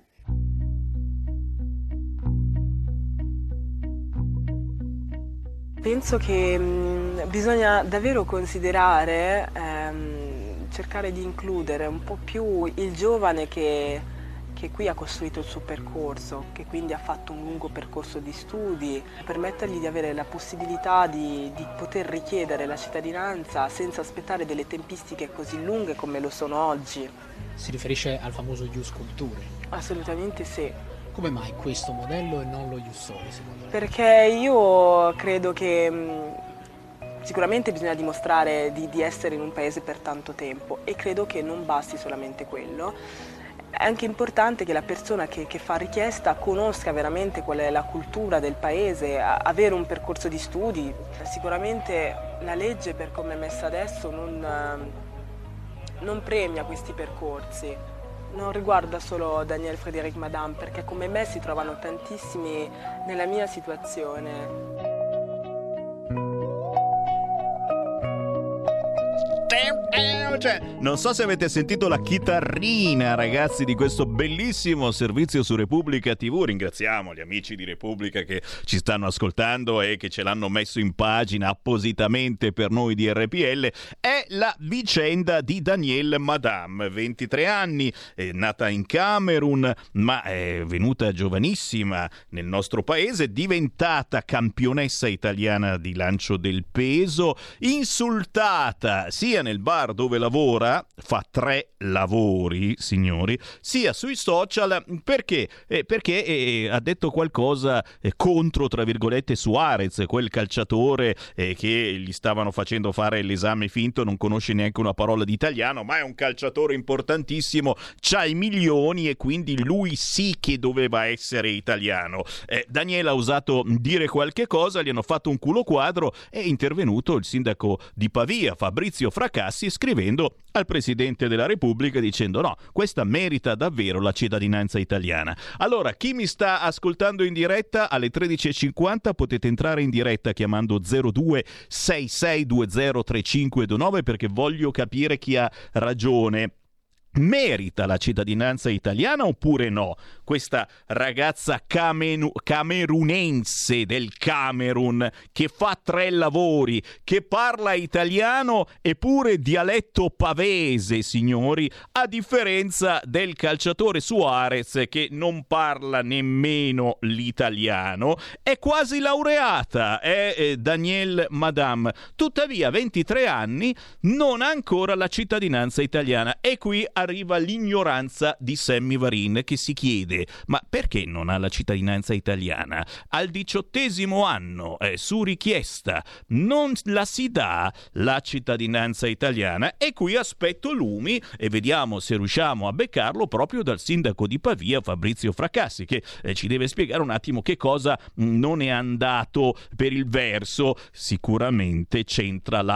Penso che bisogna davvero considerare, cercare di includere un po' più il giovane che qui ha costruito il suo percorso, che quindi ha fatto un lungo percorso di studi, permettergli di avere la possibilità di poter richiedere la cittadinanza senza aspettare delle tempistiche così lunghe come lo sono oggi.
Si riferisce al famoso Ius Culturae?
Assolutamente sì.
Come mai questo modello e non lo Ius Soli, secondo lei?
Perché io credo che sicuramente bisogna dimostrare di essere in un paese per tanto tempo e credo che non basti solamente quello. È anche importante che la persona che fa richiesta conosca veramente qual è la cultura del paese, avere un percorso di studi. Sicuramente la legge, per come è messa adesso, non premia questi percorsi. non riguarda solo Daniel Frédéric Madame, perché come me si trovano tantissimi nella mia situazione.
Non so se avete sentito la chitarrina, ragazzi, di questo bellissimo servizio su Repubblica TV. Ringraziamo gli amici di Repubblica che ci stanno ascoltando e che ce l'hanno messo in pagina appositamente per noi di RPL. È la vicenda di Daniel Madame, 23 anni, è nata in Camerun, ma è venuta giovanissima nel nostro paese, diventata campionessa italiana di lancio del peso, insultata sia nel bar dove lavora, fa 3 lavori, signori, sia sui social perché ha detto qualcosa contro, tra virgolette, Suarez, quel calciatore che gli stavano facendo fare l'esame finto, non conosce neanche una parola di italiano, ma è un calciatore importantissimo, c'ha i milioni e quindi lui sì che doveva essere italiano. Daniela ha osato dire qualche cosa, gli hanno fatto un culo quadro, è intervenuto il sindaco di Pavia, Fabrizio Fracassi, scrivendo al Presidente della Repubblica dicendo no, questa merita davvero la cittadinanza italiana. Allora, chi mi sta ascoltando in diretta alle 13.50 potete entrare in diretta chiamando 0266203529 perché voglio capire chi ha ragione. Merita la cittadinanza italiana oppure no? Questa ragazza camerunense del Camerun che fa 3 lavori, che parla italiano e pure dialetto pavese, signori, a differenza del calciatore Suarez che non parla nemmeno l'italiano, è quasi laureata, è Daniel Madame, tuttavia 23 anni, non ha ancora la cittadinanza italiana e qui arriva l'ignoranza di Sammy Varin che si chiede ma perché non ha la cittadinanza italiana? Al 18° anno, su richiesta, non la si dà la cittadinanza italiana e qui aspetto lumi e vediamo se riusciamo a beccarlo proprio dal sindaco di Pavia, Fabrizio Fracassi, che ci deve spiegare un attimo che cosa non è andato per il verso. Sicuramente c'entra la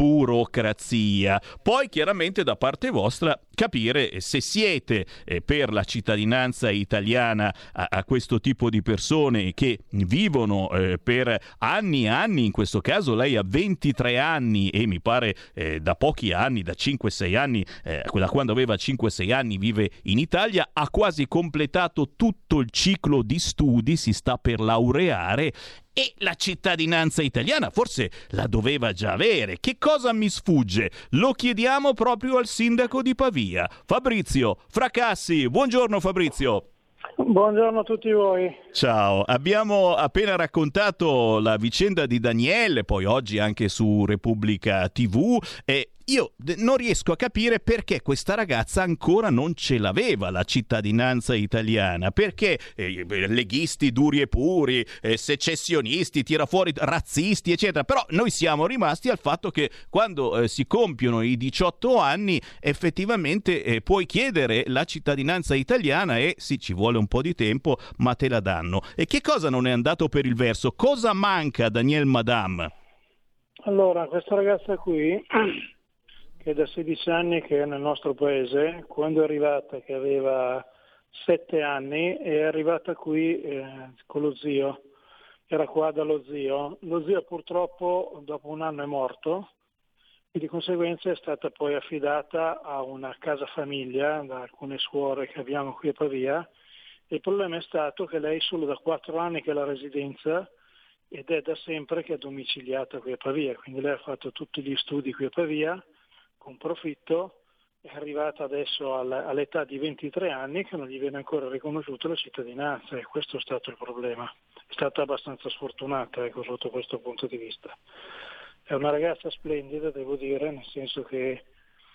burocrazia. Poi chiaramente da parte vostra capire se siete per la cittadinanza italiana a questo tipo di persone che vivono per anni e anni. In questo caso lei ha 23 anni e mi pare da pochi anni, da 5-6 anni, da quando aveva 5-6 anni vive in Italia, ha quasi completato tutto il ciclo di studi, si sta per laureare e la cittadinanza italiana forse la doveva già avere. Che cosa mi sfugge? Lo chiediamo proprio al sindaco di Pavia, Fabrizio Fracassi. Buongiorno Fabrizio.
Buongiorno a tutti voi.
Ciao, abbiamo appena raccontato la vicenda di Daniele, poi oggi anche su Repubblica TV, e io non riesco a capire perché questa ragazza ancora non ce l'aveva la cittadinanza italiana, perché leghisti duri e puri, secessionisti, tira fuori razzisti, eccetera, però noi siamo rimasti al fatto che quando si compiono i 18 anni effettivamente puoi chiedere la cittadinanza italiana e sì, ci vuole un po' di tempo, ma te la danno. E che cosa non è andato per il verso? Cosa manca a Daniel Madame?
Allora, questa ragazza qui che è da 16 anni che è nel nostro paese, quando è arrivata che aveva 7 anni, è arrivata qui con lo zio, era qua dallo zio purtroppo dopo un anno è morto e di conseguenza è stata poi affidata a una casa famiglia da alcune suore che abbiamo qui a Pavia. Il problema è stato che lei solo da 4 anni che ha la residenza ed è da sempre che è domiciliata qui a Pavia, quindi lei ha fatto tutti gli studi qui a Pavia con profitto, è arrivata adesso all'età di 23 anni che non gli viene ancora riconosciuta la cittadinanza e questo è stato il problema. È stata abbastanza sfortunata sotto questo punto di vista. È una ragazza splendida, devo dire, nel senso che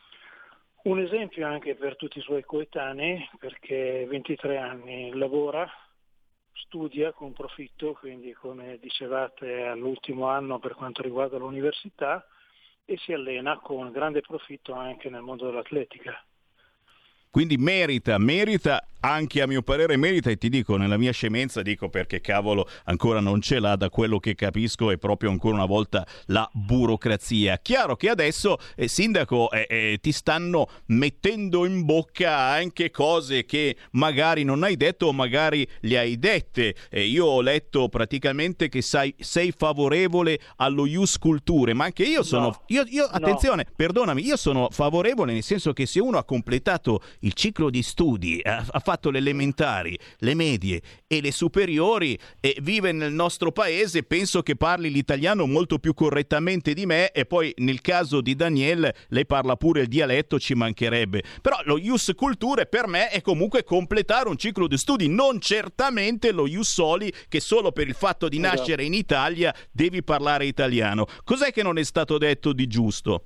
un esempio anche per tutti i suoi coetanei, perché 23 anni lavora, studia con profitto, quindi come dicevate all'ultimo anno per quanto riguarda l'università, e si allena con grande profitto anche nel mondo dell'atletica.
Quindi merita, anche a mio parere merita, e ti dico, nella mia scemenza dico perché cavolo ancora non ce l'ha, da quello che capisco, è proprio ancora una volta la burocrazia. Chiaro che adesso, sindaco, ti stanno mettendo in bocca anche cose che magari non hai detto o magari le hai dette. Io ho letto praticamente che sei favorevole allo Ius Culturae, ma anche io sono... Io attenzione, perdonami, io sono favorevole nel senso che se uno ha completato il ciclo di studi, ha fatto le elementari, le medie e le superiori e vive nel nostro paese, penso che parli l'italiano molto più correttamente di me, e poi nel caso di Danielle lei parla pure il dialetto, ci mancherebbe. Però lo Ius Culturae per me è comunque completare un ciclo di studi, non certamente lo Ius Soli, che solo per il fatto di nascere in Italia devi parlare italiano. Cos'è che non è stato detto di giusto?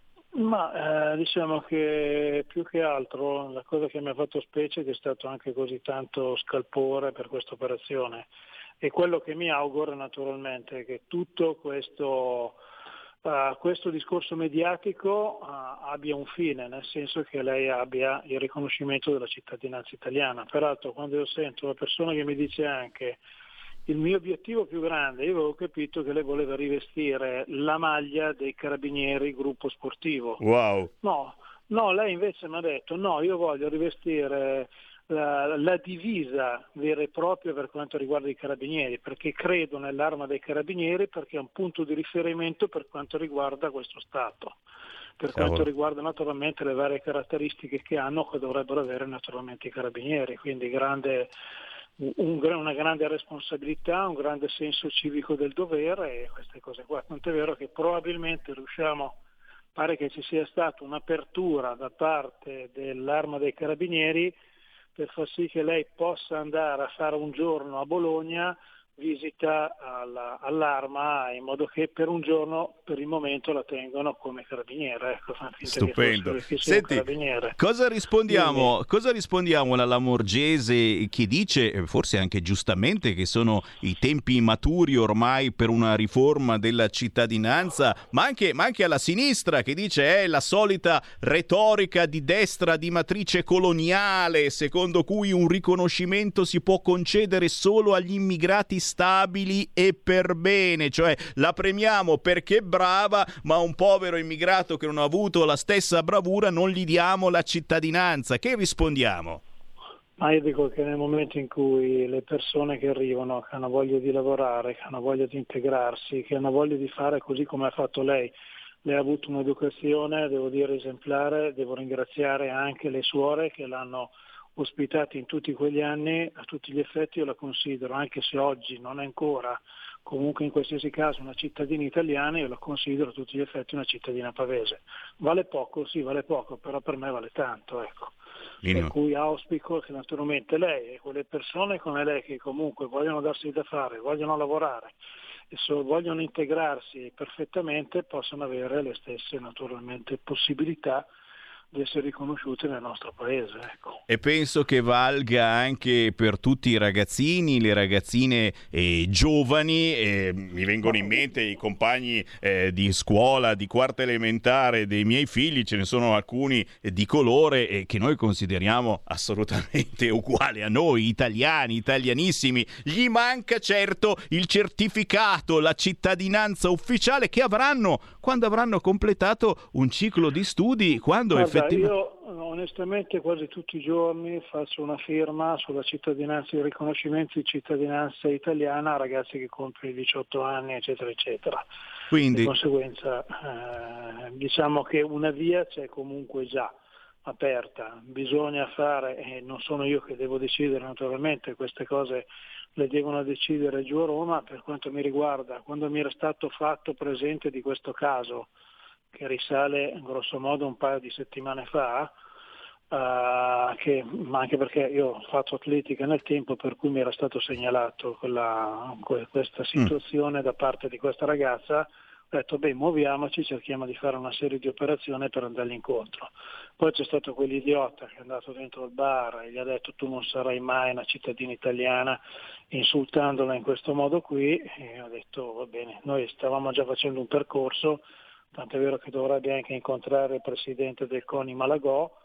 Ma diciamo che più che altro la cosa che mi ha fatto specie è che è stato anche così tanto scalpore per questa operazione, e quello che mi auguro naturalmente è che tutto questo discorso mediatico abbia un fine, nel senso che lei abbia il riconoscimento della cittadinanza italiana. Peraltro quando io sento una persona che mi dice anche il mio obiettivo più grande, io avevo capito che lei voleva rivestire la maglia dei Carabinieri gruppo sportivo.
Wow.
No, lei invece mi ha detto no, io voglio rivestire la divisa vera e propria per quanto riguarda i Carabinieri, perché credo nell'arma dei Carabinieri, perché è un punto di riferimento per quanto riguarda questo Stato, per quanto riguarda naturalmente le varie caratteristiche che hanno, che dovrebbero avere naturalmente i Carabinieri, quindi una grande responsabilità, un grande senso civico del dovere e queste cose qua. Tant'è vero che probabilmente pare che ci sia stata un'apertura da parte dell'Arma dei Carabinieri per far sì che lei possa andare a fare un giorno a Bologna visita all'Arma, in modo che per un giorno, per il momento, la tengono come carabiniere. Ecco,
stupendo. Senti, cosa rispondiamo alla Lamorgese che dice, forse anche giustamente, che sono i tempi maturi ormai per una riforma della cittadinanza, ma anche alla sinistra che dice è la solita retorica di destra di matrice coloniale, secondo cui un riconoscimento si può concedere solo agli immigrati stabili e per bene, cioè la premiamo perché è brava, ma a un povero immigrato che non ha avuto la stessa bravura non gli diamo la cittadinanza. Che rispondiamo?
Ma io dico che nel momento in cui le persone che arrivano, che hanno voglia di lavorare, che hanno voglia di integrarsi, che hanno voglia di fare così come ha fatto lei ha avuto un'educazione, devo dire, esemplare, devo ringraziare anche le suore che l'hanno ospitati in tutti quegli anni. A tutti gli effetti io la considero, anche se oggi non è ancora, comunque in qualsiasi caso una cittadina italiana, io la considero a tutti gli effetti una cittadina pavese. Vale poco, sì, vale poco, però per me vale tanto, ecco. Per cui auspico che naturalmente lei e quelle persone come lei che comunque vogliono darsi da fare, vogliono lavorare e vogliono integrarsi perfettamente, possano avere le stesse naturalmente possibilità di essere riconosciute nel nostro paese, ecco.
E penso che valga anche per tutti i ragazzini, le ragazzine giovani, mi vengono in mente i compagni di scuola, di quarta elementare dei miei figli, ce ne sono alcuni di colore che noi consideriamo assolutamente uguali a noi, italiani, italianissimi. Gli manca certo il certificato, la cittadinanza ufficiale che avranno quando avranno completato un ciclo di studi, quando effettivamente...
Io onestamente quasi tutti i giorni faccio una firma sulla cittadinanza, il riconoscimento di cittadinanza italiana a ragazzi che compiono i 18 anni, eccetera, eccetera.
Quindi...
Di conseguenza diciamo che una via c'è comunque già aperta, bisogna fare, e non sono io che devo decidere naturalmente, queste cose le devono decidere giù a Roma. Per quanto mi riguarda, quando mi era stato fatto presente di questo caso, che risale grosso modo un paio di settimane fa, ma anche perché io ho fatto atletica nel tempo, per cui mi era stato segnalato questa situazione da parte di questa ragazza, ho detto muoviamoci, cerchiamo di fare una serie di operazioni per andargli incontro. Poi c'è stato quell'idiota che è andato dentro il bar e gli ha detto tu non sarai mai una cittadina italiana, insultandola in questo modo qui, e ho detto va bene, noi stavamo già facendo un percorso, tant'è vero che dovrebbe anche incontrare il presidente del CONI Malagò,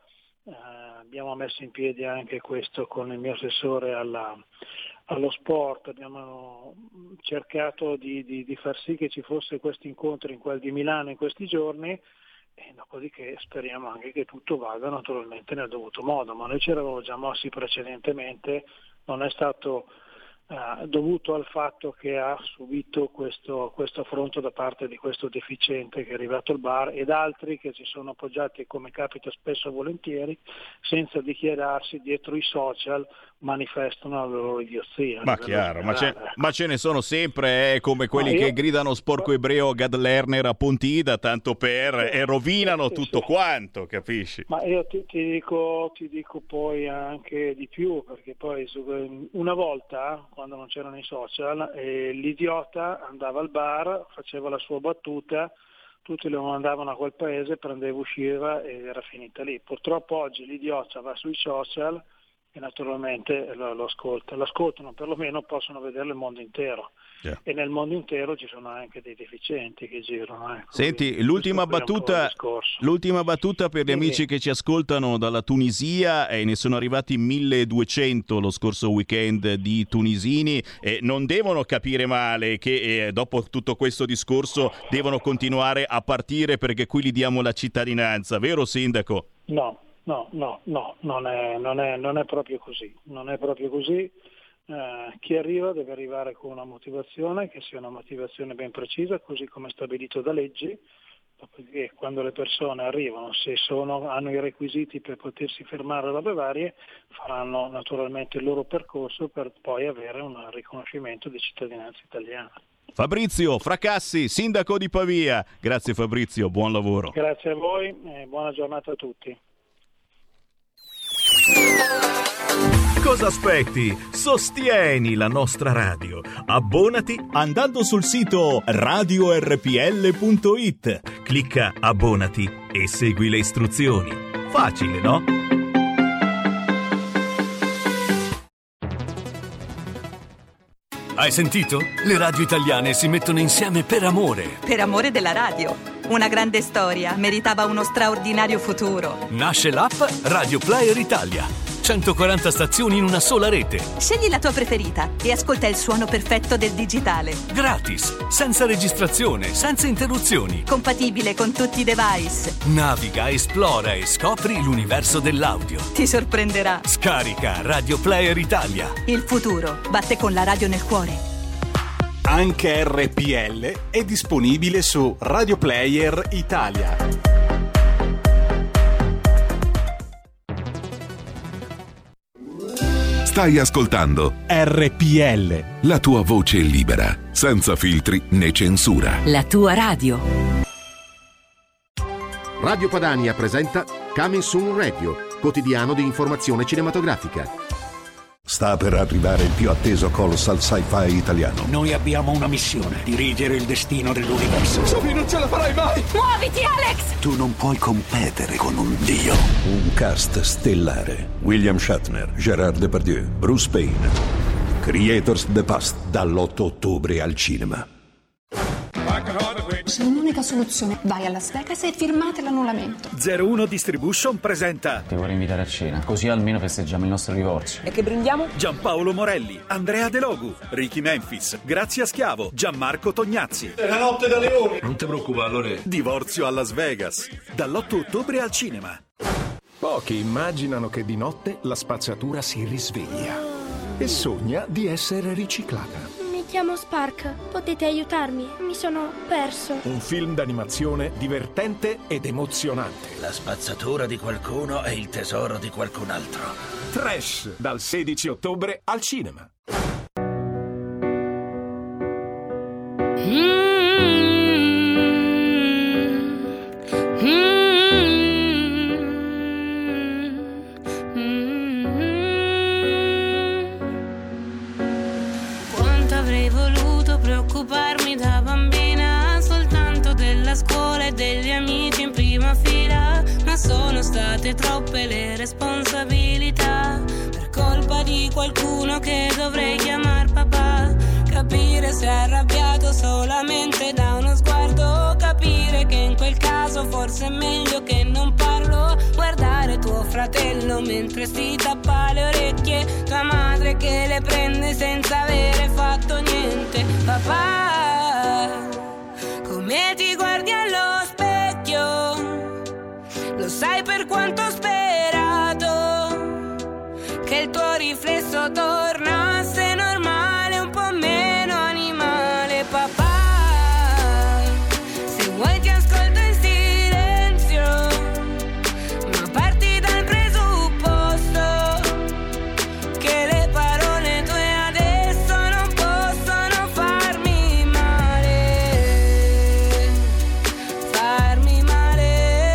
Abbiamo messo in piedi anche questo con il mio assessore allo sport, abbiamo cercato di far sì che ci fosse questo incontro in quel di Milano in questi giorni, e dopodiché speriamo anche che tutto vada naturalmente nel dovuto modo, ma noi ci eravamo già mossi precedentemente, non è stato dovuto al fatto che ha subito questo affronto da parte di questo deficiente che è arrivato al bar, ed altri che si sono appoggiati, come capita spesso e volentieri, senza dichiararsi dietro i social, manifestano la loro idiozia.
Ma chiaro, ma ce ne sono sempre, come quelli che gridano sporco ebreo a Gad Lerner a Pontida, tanto per, e rovinano tutto quanto, capisci?
Ma io ti dico poi anche di più, perché poi una volta, quando non c'erano i social, l'idiota andava al bar, faceva la sua battuta, tutti lo mandavano a quel paese, prendeva, usciva ed era finita lì. Purtroppo oggi l'idiota va sui social e naturalmente lo ascoltano, perlomeno possono vederlo il mondo intero. Yeah. E nel mondo intero ci sono anche dei deficienti che girano.
Senti, l'ultima battuta per gli amici che ci ascoltano dalla Tunisia, ne sono arrivati 1200 lo scorso weekend di tunisini, non devono capire male che dopo tutto questo discorso devono continuare a partire perché qui gli diamo la cittadinanza, vero sindaco?
No, non è proprio così. Non è proprio così. Chi arriva deve arrivare con una motivazione, che sia una motivazione ben precisa, così come stabilito da leggi. Dopodiché, quando le persone arrivano, se hanno i requisiti per potersi fermare alle varie, faranno naturalmente il loro percorso per poi avere un riconoscimento di cittadinanza italiana.
Fabrizio Fracassi, sindaco di Pavia. Grazie Fabrizio, buon lavoro.
Grazie a voi e buona giornata a tutti.
Cosa aspetti? Sostieni la nostra radio. Abbonati andando sul sito radiorpl.it. Clicca abbonati e segui le istruzioni. Facile, no?
Hai sentito? Le radio italiane si mettono insieme per amore.
Per amore della radio. Una grande storia meritava uno straordinario futuro.
Nasce l'app Radio Player Italia. 140 stazioni in una sola rete.
Scegli la tua preferita e ascolta il suono perfetto del digitale.
Gratis, senza registrazione, senza interruzioni.
Compatibile con tutti i device.
Naviga, esplora e scopri l'universo dell'audio.
Ti sorprenderà.
Scarica Radio Player Italia.
Il futuro batte con la radio nel cuore.
Anche RPL è disponibile su Radio Player Italia.
Stai ascoltando
RPL,
la tua voce libera, senza filtri né censura.
La tua radio.
Radio Padania presenta Coming Soon Radio, quotidiano di informazione cinematografica.
Sta per arrivare il più atteso colossal sci-fi italiano.
Noi abbiamo una missione: dirigere il destino dell'universo.
Sophie, non ce la farai mai!
Muoviti, Alex!
Tu non puoi competere con un dio. Un cast stellare: William Shatner, Gerard Depardieu, Bruce Payne. Creators the Past, dall'8 ottobre al cinema.
C'è un'unica soluzione: vai a Las Vegas e firmate l'annullamento.
01 Distribution presenta.
Ti vorrei invitare a cena, così almeno festeggiamo il nostro divorzio.
E che brindiamo?
Giampaolo Morelli, Andrea De Logu, Ricky Memphis, Grazia Schiavo, Gianmarco Tognazzi.
È la notte da leone.
Non ti preoccupare, Lore.
Divorzio a Las Vegas, dall'8 ottobre al cinema.
Pochi immaginano che di notte la spazzatura si risveglia e sogna di essere riciclata.
Mi chiamo Spark, potete aiutarmi? Mi sono perso.
Un film d'animazione divertente ed emozionante.
La spazzatura di qualcuno è il tesoro di qualcun altro.
Trash, dal 16 ottobre al cinema.
Preoccuparmi da bambina soltanto della scuola e degli amici in prima fila, ma sono state troppe le responsabilità per colpa di qualcuno che dovrei chiamar papà. Capire se è arrabbiato solamente da uno sguardo, capire che in quel caso forse è meglio che non parlo, guardare tuo fratello mentre si tappa le orecchie, tua madre che le prende senza avere fatto niente. Papà, come ti guardi allo specchio, lo sai per quanto ho sperato che il tuo riflesso tornasse normale, un po' meno animale. Papà, se vuoi ti ascolto in silenzio, ma parti dal presupposto che le parole tue adesso non possono farmi male, farmi male.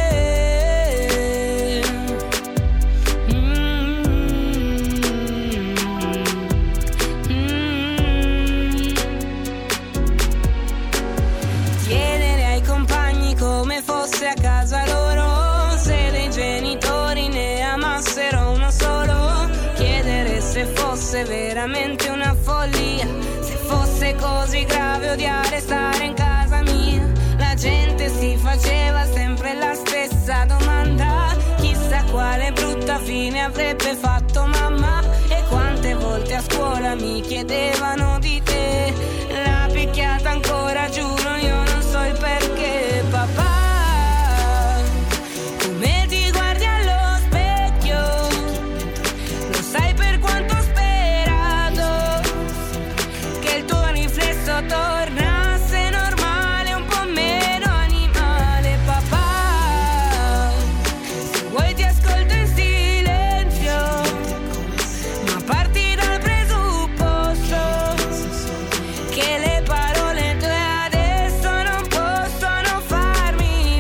Chiedere ai compagni come fosse a casa loro, se dei genitori ne amassero uno solo, chiedere se fosse veramente una follia, se fosse così grave odiare stare in casa mia. La gente si faceva sempre la stessa domanda, chissà quale brutta fine avrebbe fatto mamma. E quante volte a scuola mi chiedevano di te, la picchiata ancora, giuro io non so il perché. Papà, come ti guardi allo specchio, lo sai per quanto ho sperato che il tuo riflesso tornasse normale, un po' meno animale. Papà, se vuoi ti ascolto in silenzio, ma parti dal presupposto che le parole tue adesso non possono farmi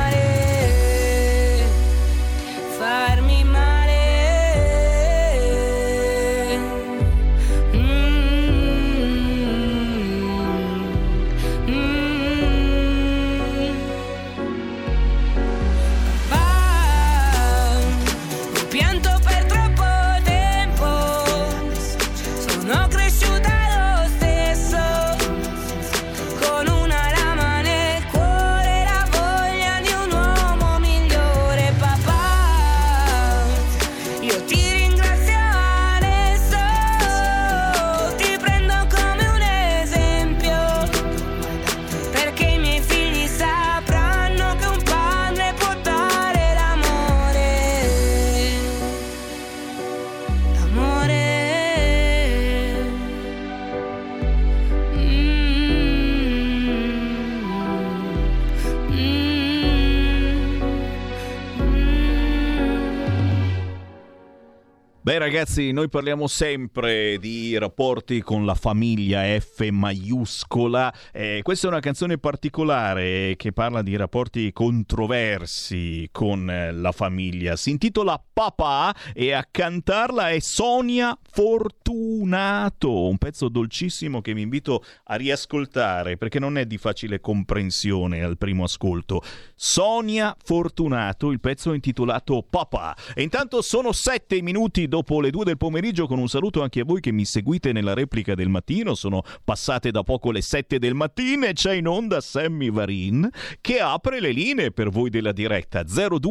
male, farmi male. Papà, ho pianto per troppo tempo, sono cresciuta lo stesso, con una lama nel cuore, la voglia di un uomo migliore. Papà, io ti ringrazio adesso, ti prendo come un esempio, perché i miei figli sapranno che un padre può dare l'amore, l'amore.
Beh ragazzi, noi parliamo sempre di rapporti con la famiglia F maiuscola. Questa è una canzone particolare che parla di rapporti controversi con la famiglia. Si intitola Papà e a cantarla è Sonia Fortunato, un pezzo dolcissimo che vi invito a riascoltare perché non è di facile comprensione al primo ascolto. Sonia Fortunato, il pezzo intitolato Papà. E intanto sono 7 minuti dopo le 2 del pomeriggio, con un saluto anche a voi che mi seguite nella replica del mattino. Sono passate da poco le 7 del mattino e c'è in onda Sammy Varin che apre le linee per voi della diretta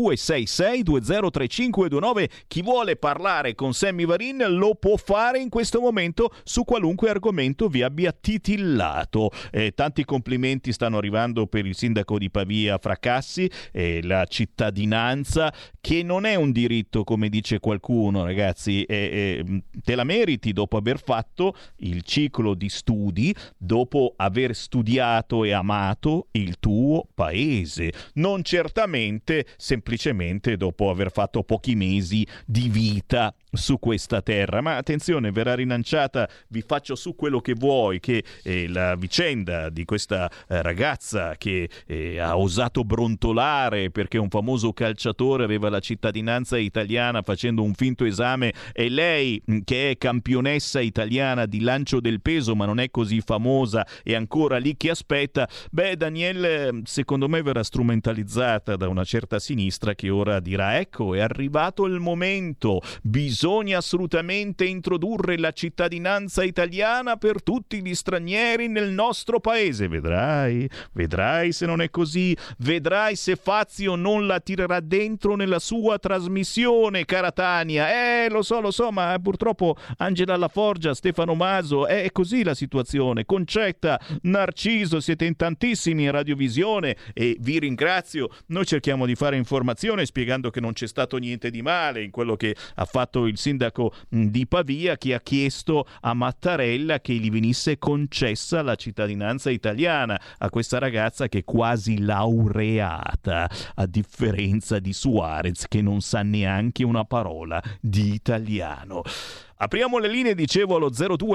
0266203529. Chi vuole parlare con Sammy Varin lo può fare in questo momento su qualunque argomento vi abbia titillato. Tanti complimenti stanno arrivando per il sindaco di Pavia Fracassi, la cittadinanza che non è un diritto come dice qualcuno, ragazzi. Te la meriti dopo aver fatto il ciclo di studi, dopo aver studiato e amato il tuo paese, non certamente semplicemente dopo aver fatto pochi mesi di vita su questa terra. Ma attenzione, verrà rilanciata, vi faccio su quello che vuoi, che la vicenda di questa ragazza che ha osato brontolare perché un famoso calciatore aveva la cittadinanza italiana facendo un finto esame, e lei che è campionessa italiana di lancio del peso ma non è così famosa è ancora lì che aspetta. Beh, Daniele, secondo me verrà strumentalizzata da una certa sinistra che ora dirà ecco è arrivato il momento, bisogna bisogna assolutamente introdurre la cittadinanza italiana per tutti gli stranieri nel nostro paese. Vedrai se non è così, vedrai se Fazio non la tirerà dentro nella sua trasmissione, cara Tania. Lo so, ma purtroppo Angela Laforgia, Stefano Maso, è così la situazione. Concetta, Narciso, siete in tantissimi in Radiovisione e vi ringrazio. Noi cerchiamo di fare informazione spiegando che non c'è stato niente di male in quello che ha fatto il sindaco di Pavia, che ha chiesto a Mattarella che gli venisse concessa la cittadinanza italiana a questa ragazza che è quasi laureata, a differenza di Suarez che non sa neanche una parola di italiano. Apriamo le linee, dicevo, allo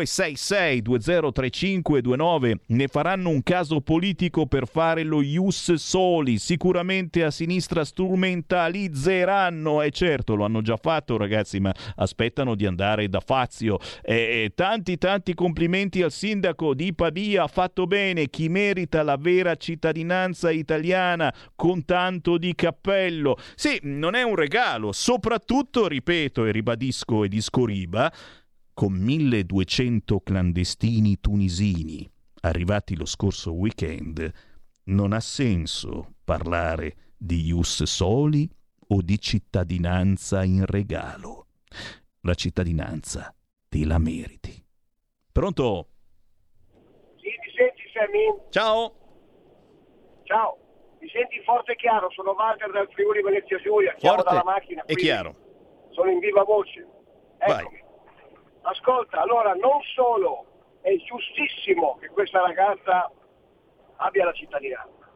0266203529. Ne faranno un caso politico per fare lo ius soli. Sicuramente a sinistra strumentalizzeranno. E certo, lo hanno già fatto, ragazzi, ma aspettano di andare da Fazio. Tanti complimenti al sindaco di Pavia. Ha fatto bene. Chi merita la vera cittadinanza italiana con tanto di cappello. Sì, non è un regalo. Soprattutto, ripeto e ribadisco e discoriba, con 1200 clandestini tunisini arrivati lo scorso weekend, non ha senso parlare di ius soli o di cittadinanza in regalo. La cittadinanza te la meriti. Pronto?
Sì, mi senti, Sammy?
Ciao.
Ciao, mi senti forte e chiaro? Sono Walter dal Friuli Venezia Giulia, chiamo dalla macchina.
E chiaro.
Sono in viva voce. Eccomi. Ascolta, allora non solo è giustissimo che questa ragazza abbia la cittadinanza,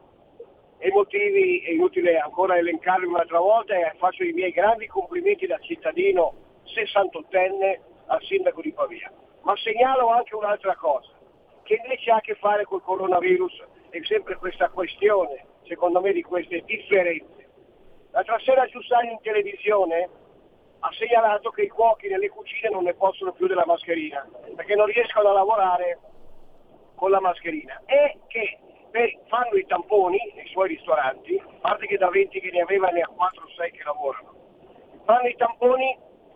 e i motivi è inutile ancora elencarli un'altra volta, e faccio i miei grandi complimenti da cittadino 68enne al sindaco di Pavia. Ma segnalo anche un'altra cosa, che invece ha a che fare col coronavirus, e sempre questa questione, secondo me, di queste differenze. L'altra sera Giussani in televisione ha segnalato che i cuochi nelle cucine non ne possono più della mascherina, perché non riescono a lavorare con la mascherina, e che fanno i tamponi nei suoi ristoranti, a parte che da 20 che ne aveva ne ha 4 o 6 che lavorano, fanno i tamponi,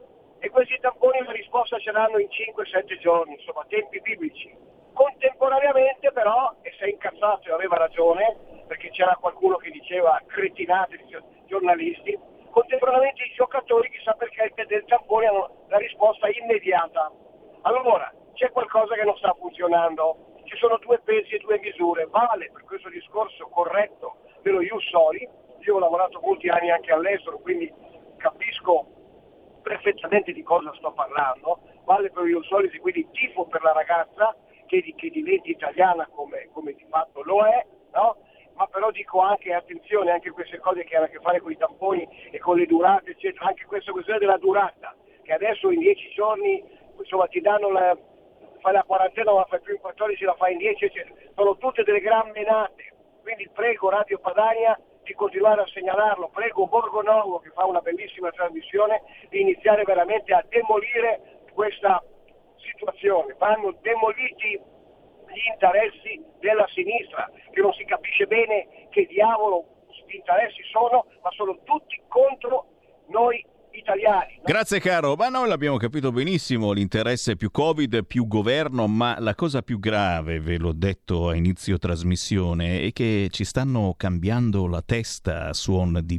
e questi tamponi la risposta ce l'hanno in 5-7 giorni, insomma tempi biblici. Contemporaneamente però, e si è incazzato e aveva ragione, perché c'era qualcuno che diceva cretinate di giornalisti, contemporaneamente i giocatori, chissà perché, del tampone hanno la risposta immediata. Allora, c'è qualcosa che non sta funzionando, ci sono 2 pesi e 2 misure, vale per questo discorso corretto dello ius soli. Io ho lavorato molti anni anche all'estero, quindi capisco perfettamente di cosa sto parlando, vale per lo ius soli, quindi tifo per la ragazza che diventi italiana come di fatto lo è, no? Ma però dico anche, attenzione, anche queste cose che hanno a che fare con i tamponi e con le durate, eccetera, anche questa questione della durata, che adesso in 10 giorni, insomma, ti danno fai la quarantena, non la fai più in 14, la fai in 10, eccetera. Sono tutte delle gran menate, quindi prego Radio Padania di continuare a segnalarlo, prego Borgonovo, che fa una bellissima trasmissione, di iniziare veramente a demolire questa situazione. Vanno demoliti gli interessi della sinistra, che non si capisce bene che diavolo gli interessi sono, ma sono tutti contro noi italiani.
Grazie caro, ma noi l'abbiamo capito benissimo, l'interesse più Covid, più governo, ma la cosa più grave, ve l'ho detto a inizio trasmissione, è che ci stanno cambiando la testa a suon di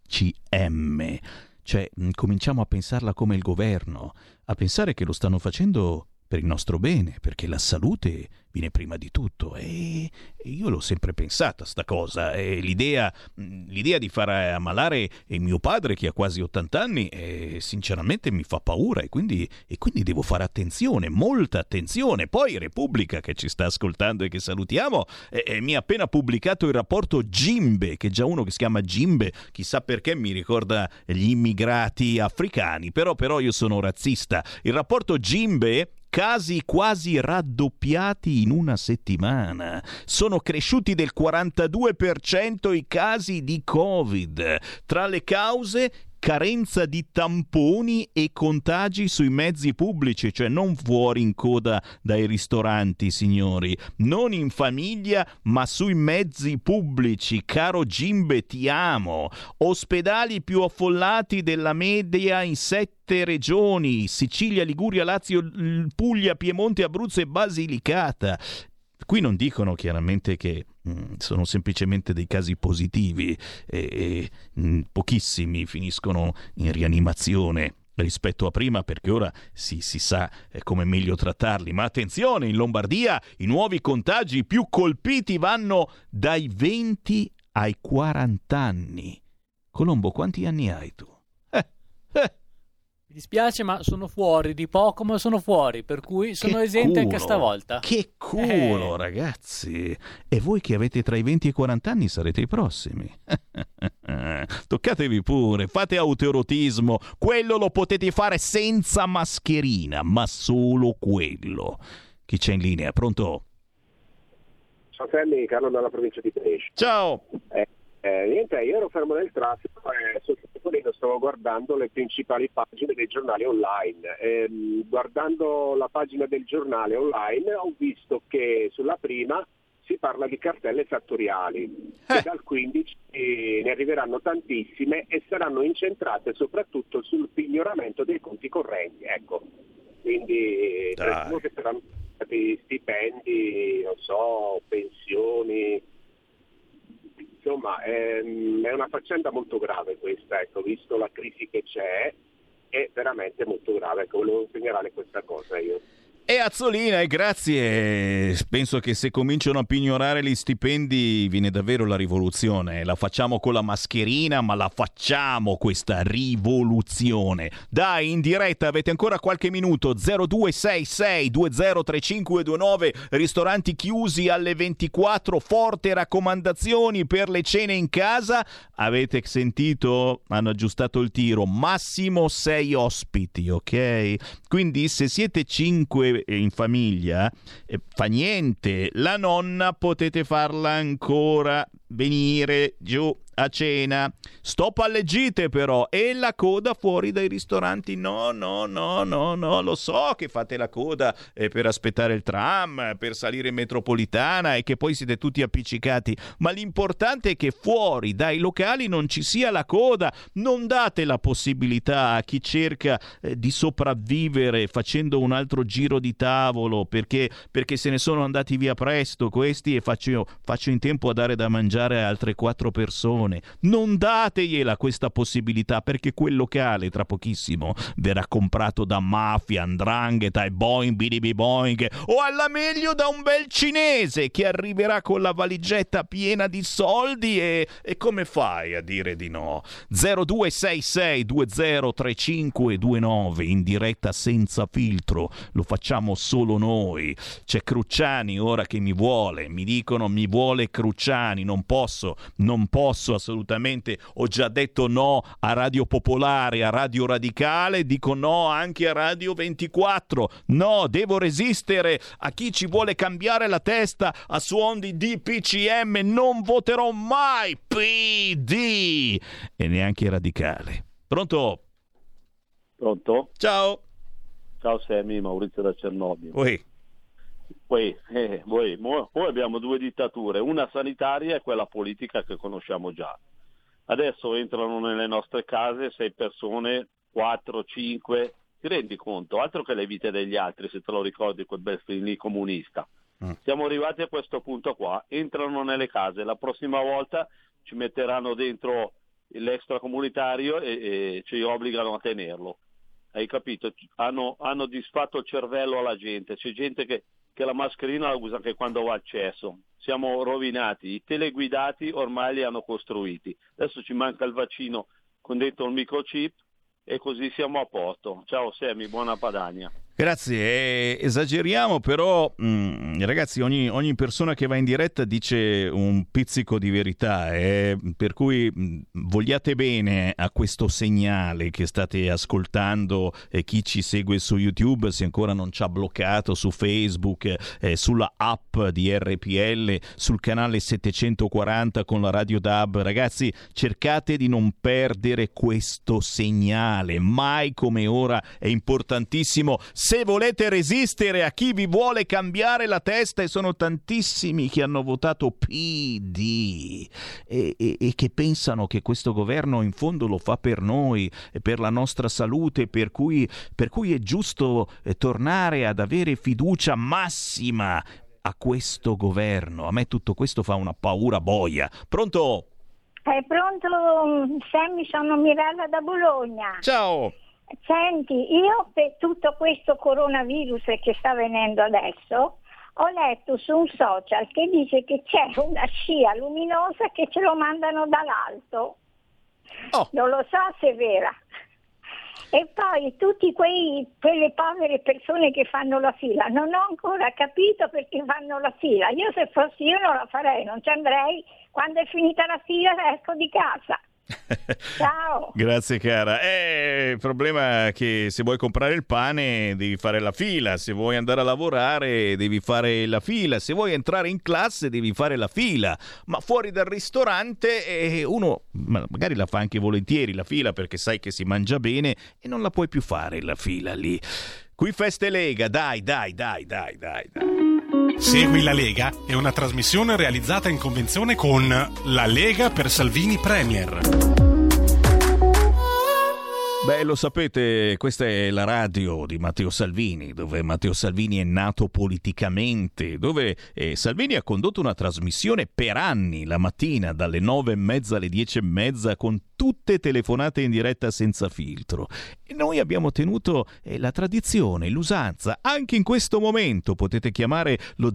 PCM, cioè cominciamo a pensarla come il governo, a pensare che lo stanno facendo per il nostro bene, perché la salute viene prima di tutto, e io l'ho sempre pensata sta cosa, e l'idea di far ammalare mio padre che ha quasi 80 anni sinceramente mi fa paura, e quindi devo fare attenzione, molta attenzione. Poi Repubblica, che ci sta ascoltando e che salutiamo, mi ha appena pubblicato il rapporto Gimbe, che è già uno che si chiama Gimbe, chissà perché mi ricorda gli immigrati africani, però io sono razzista. Il rapporto Gimbe, casi quasi raddoppiati in una settimana. Sono cresciuti del 42% i casi di Covid. Tra le cause, carenza di tamponi e contagi sui mezzi pubblici, cioè non fuori in coda dai ristoranti, signori, non in famiglia, ma sui mezzi pubblici. Caro Gimbe, ti amo. Ospedali più affollati della media in 7 regioni: Sicilia, Liguria, Lazio, Puglia, Piemonte, Abruzzo e Basilicata. Qui non dicono chiaramente che sono semplicemente dei casi positivi e pochissimi finiscono in rianimazione rispetto a prima, perché ora si sa come meglio trattarli. Ma attenzione, in Lombardia i nuovi contagi più colpiti vanno dai 20 ai 40 anni. Colombo, quanti anni hai tu?
Mi dispiace, ma sono fuori di poco, ma sono fuori, per cui sono esente anche stavolta.
Che culo, ragazzi! E voi che avete tra i 20 e i 40 anni sarete i prossimi. Toccatevi pure, fate autoerotismo. Quello lo potete fare senza mascherina, ma solo quello. Chi c'è in linea? Pronto?
Ciao Sammy, Carlo dalla provincia di Brescia.
Ciao!
Niente, io ero fermo nel traffico e sul telefonino stavo guardando le principali pagine dei giornali online. Guardando la pagina del giornale online ho visto che sulla prima si parla di cartelle esattoriali, che dal 15 ne arriveranno tantissime e saranno incentrate soprattutto sul pignoramento dei conti correnti. Ecco, quindi presumo che saranno stati stipendi, non so, pensioni. Insomma, è una faccenda molto grave questa, ecco, visto la crisi che c'è, è veramente molto grave, ecco, volevo segnalare questa cosa io.
E Azzolina, e grazie. Penso che se cominciano a pignorare gli stipendi viene davvero la rivoluzione. La facciamo con la mascherina, ma la facciamo questa rivoluzione. Dai, in diretta avete ancora qualche minuto. 0266203529, ristoranti chiusi alle 24, forte raccomandazioni per le cene in casa. Avete sentito? Hanno aggiustato il tiro. Massimo 6 ospiti, ok? Quindi se siete 5 in famiglia, fa niente, la nonna potete farla ancora venire giù a cena. Stop alle gite però, e la coda fuori dai ristoranti. No, lo so che fate la coda per aspettare il tram, per salire in metropolitana e che poi siete tutti appiccicati, ma l'importante è che fuori dai locali non ci sia la coda. Non date la possibilità a chi cerca di sopravvivere facendo un altro giro di tavolo perché se ne sono andati via presto questi e faccio in tempo a dare da mangiare a altre 4 persone. Non dategliela questa possibilità, perché quel locale tra pochissimo verrà comprato da mafia, 'ndrangheta e boing bidibi boing, o alla meglio da un bel cinese che arriverà con la valigetta piena di soldi e come fai a dire di no? 0266203529 in diretta senza filtro, lo facciamo solo noi. C'è Cruciani ora che mi dicono mi vuole Cruciani, non posso assolutamente, ho già detto no a Radio Popolare, a Radio Radicale, dico no anche a Radio 24, no, devo resistere a chi ci vuole cambiare la testa a suon di DPCM, non voterò mai PD e neanche Radicale. Pronto? Ciao
Sammy, Maurizio da Cernobbio.
Poi
abbiamo 2 dittature, una sanitaria e quella politica che conosciamo già. Adesso entrano nelle nostre case 6 persone, 4, 5, ti rendi conto? Altro che le vite degli altri, se te lo ricordi quel bel film lì comunista. Siamo arrivati a questo punto qua, entrano nelle case, la prossima volta ci metteranno dentro l'extracomunitario e ci obbligano a tenerlo. Hai capito? Hanno disfatto il cervello alla gente, c'è gente che la mascherina la usa anche quando va al cesso. Siamo rovinati, i teleguidati ormai li hanno costruiti, adesso ci manca il vaccino con dentro il microchip e così siamo a posto. Ciao Sammy, buona Padania.
Grazie, esageriamo però, ragazzi, ogni persona che va in diretta dice un pizzico di verità, per cui vogliate bene a questo segnale che state ascoltando, chi ci segue su YouTube, se ancora non ci ha bloccato, su Facebook, sulla app di RPL, sul canale 740 con la Radio DAB. Ragazzi, cercate di non perdere questo segnale, mai come ora è importantissimo. Se volete resistere a chi vi vuole cambiare la testa, e sono tantissimi che hanno votato PD e che pensano che questo governo in fondo lo fa per noi, per la nostra salute, per cui è giusto tornare ad avere fiducia massima a questo governo. A me tutto questo fa una paura boia. Pronto?
È pronto, Sammy, sono Mirella da Bologna.
Ciao.
Senti, io per tutto questo coronavirus che sta venendo adesso ho letto su un social che dice che c'è una scia luminosa che ce lo mandano dall'alto. Non lo so se è vera. E poi tutti quelle povere persone che fanno la fila, non ho ancora capito perché fanno la fila. Io se fossi io non la farei, non ci andrei. Quando è finita la fila esco di casa. Ciao.
Grazie cara. Il problema è che se vuoi comprare il pane devi fare la fila, se vuoi andare a lavorare devi fare la fila, se vuoi entrare in classe devi fare la fila, ma fuori dal ristorante uno magari la fa anche volentieri la fila, perché sai che si mangia bene, e non la puoi più fare la fila lì. Qui Feste Lega, dai.
Segui la Lega è una trasmissione realizzata in convenzione con La Lega per Salvini Premier.
Beh, lo sapete, questa è la radio di Matteo Salvini, dove Matteo Salvini è nato politicamente, dove Salvini ha condotto una trasmissione per anni la mattina dalle 9:30 alle 10:30 con tutte telefonate in diretta senza filtro. E noi abbiamo tenuto la tradizione, l'usanza. Anche in questo momento potete chiamare lo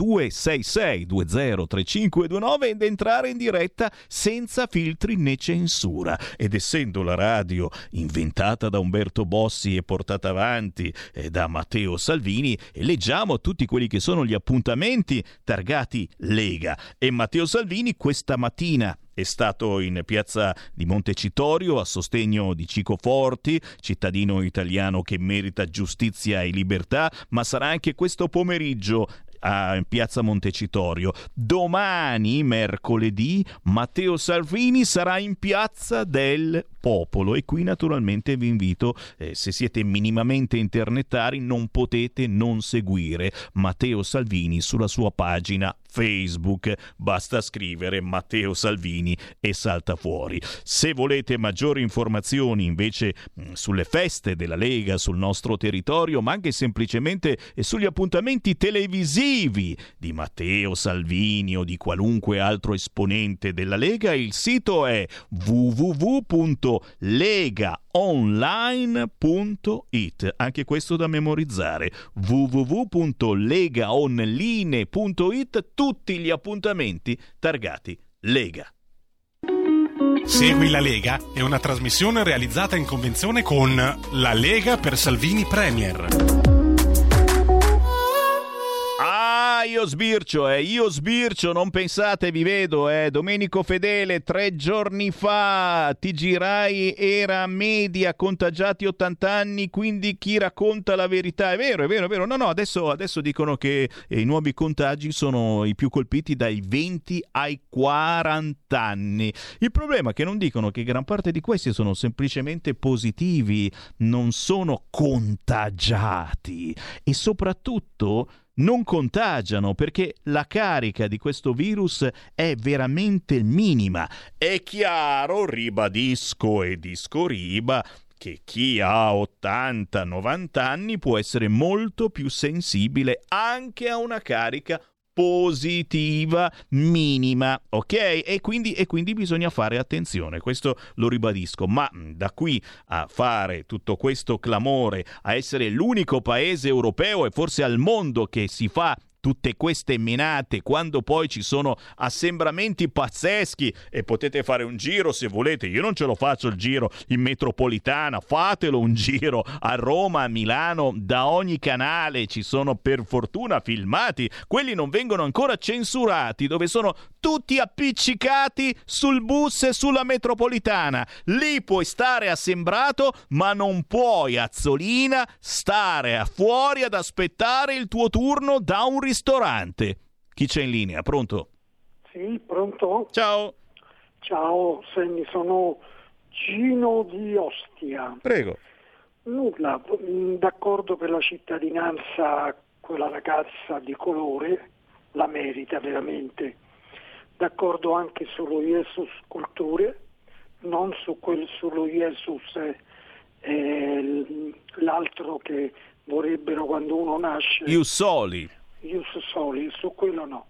0266203529 ed entrare in diretta senza filtri né censura. Ed essendo la radio inventata da Umberto Bossi e portata avanti da Matteo Salvini, leggiamo tutti quelli che sono gli appuntamenti targati Lega. E Matteo Salvini questa mattina è stato in piazza di Montecitorio a sostegno di Chico Forti, cittadino italiano che merita giustizia e libertà, ma sarà anche questo pomeriggio a piazza Montecitorio. Domani, mercoledì, Matteo Salvini sarà in piazza del Popolo, e qui naturalmente vi invito, se siete minimamente internetari, non potete non seguire Matteo Salvini sulla sua pagina Facebook, basta scrivere Matteo Salvini e salta fuori. Se volete maggiori informazioni invece sulle feste della Lega sul nostro territorio, ma anche semplicemente sugli appuntamenti televisivi di Matteo Salvini o di qualunque altro esponente della Lega, il sito è www.legaonline.it, anche questo da memorizzare, www.legaonline.it, tutti gli appuntamenti targati Lega.
Segui la Lega è una trasmissione realizzata in convenzione con La Lega per Salvini Premier.
Io sbircio, non pensate, vi vedo, Domenico Fedele, 3 giorni fa TG Rai era media, contagiati 80 anni, quindi chi racconta la verità? È vero, no, adesso dicono che i nuovi contagi sono i più colpiti dai 20 ai 40 anni. Il problema è che non dicono che gran parte di questi sono semplicemente positivi, non sono contagiati, e soprattutto non contagiano perché la carica di questo virus è veramente minima. È chiaro, ribadisco e discoriba, che chi ha 80-90 anni può essere molto più sensibile anche a una carica positiva minima, ok? E quindi bisogna fare attenzione, questo lo ribadisco, ma da qui a fare tutto questo clamore, a essere l'unico paese europeo e forse al mondo che si fa tutte queste menate, quando poi ci sono assembramenti pazzeschi, e potete fare un giro se volete, io non ce lo faccio il giro in metropolitana, fatelo un giro a Roma, a Milano, da ogni canale ci sono per fortuna filmati, quelli non vengono ancora censurati, dove sono tutti appiccicati sul bus e sulla metropolitana. Lì puoi stare assembrato, ma non puoi, Azzolina, stare fuori ad aspettare il tuo turno da un ristorante. Chi c'è in linea? Pronto?
Sì, pronto?
Ciao.
Ciao, sono Gino di Ostia.
Prego.
Nulla, d'accordo per la cittadinanza, quella ragazza di colore la merita veramente. D'accordo anche sullo Jesus culture, non sullo Jesus l'altro che vorrebbero quando uno nasce.
Ius soli,
su quello no.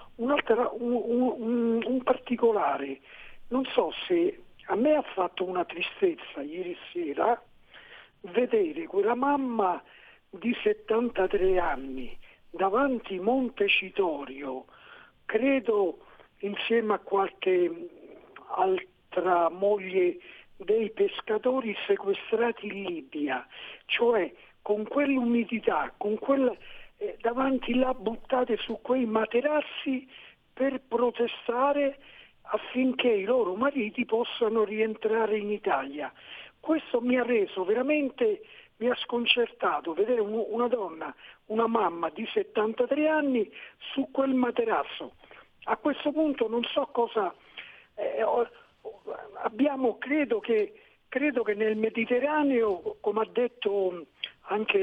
Un particolare, non so se a me ha fatto una tristezza ieri sera vedere quella mamma di 73 anni davanti Montecitorio, credo insieme a qualche altra moglie dei pescatori sequestrati in Libia, cioè con quell'umidità, con quel davanti là buttate su quei materassi per protestare affinché i loro mariti possano rientrare in Italia. Questo mi ha reso veramente, mi ha sconcertato vedere una donna, una mamma di 73 anni su quel materasso. A questo punto non so cosa abbiamo, credo che nel Mediterraneo, come ha detto anche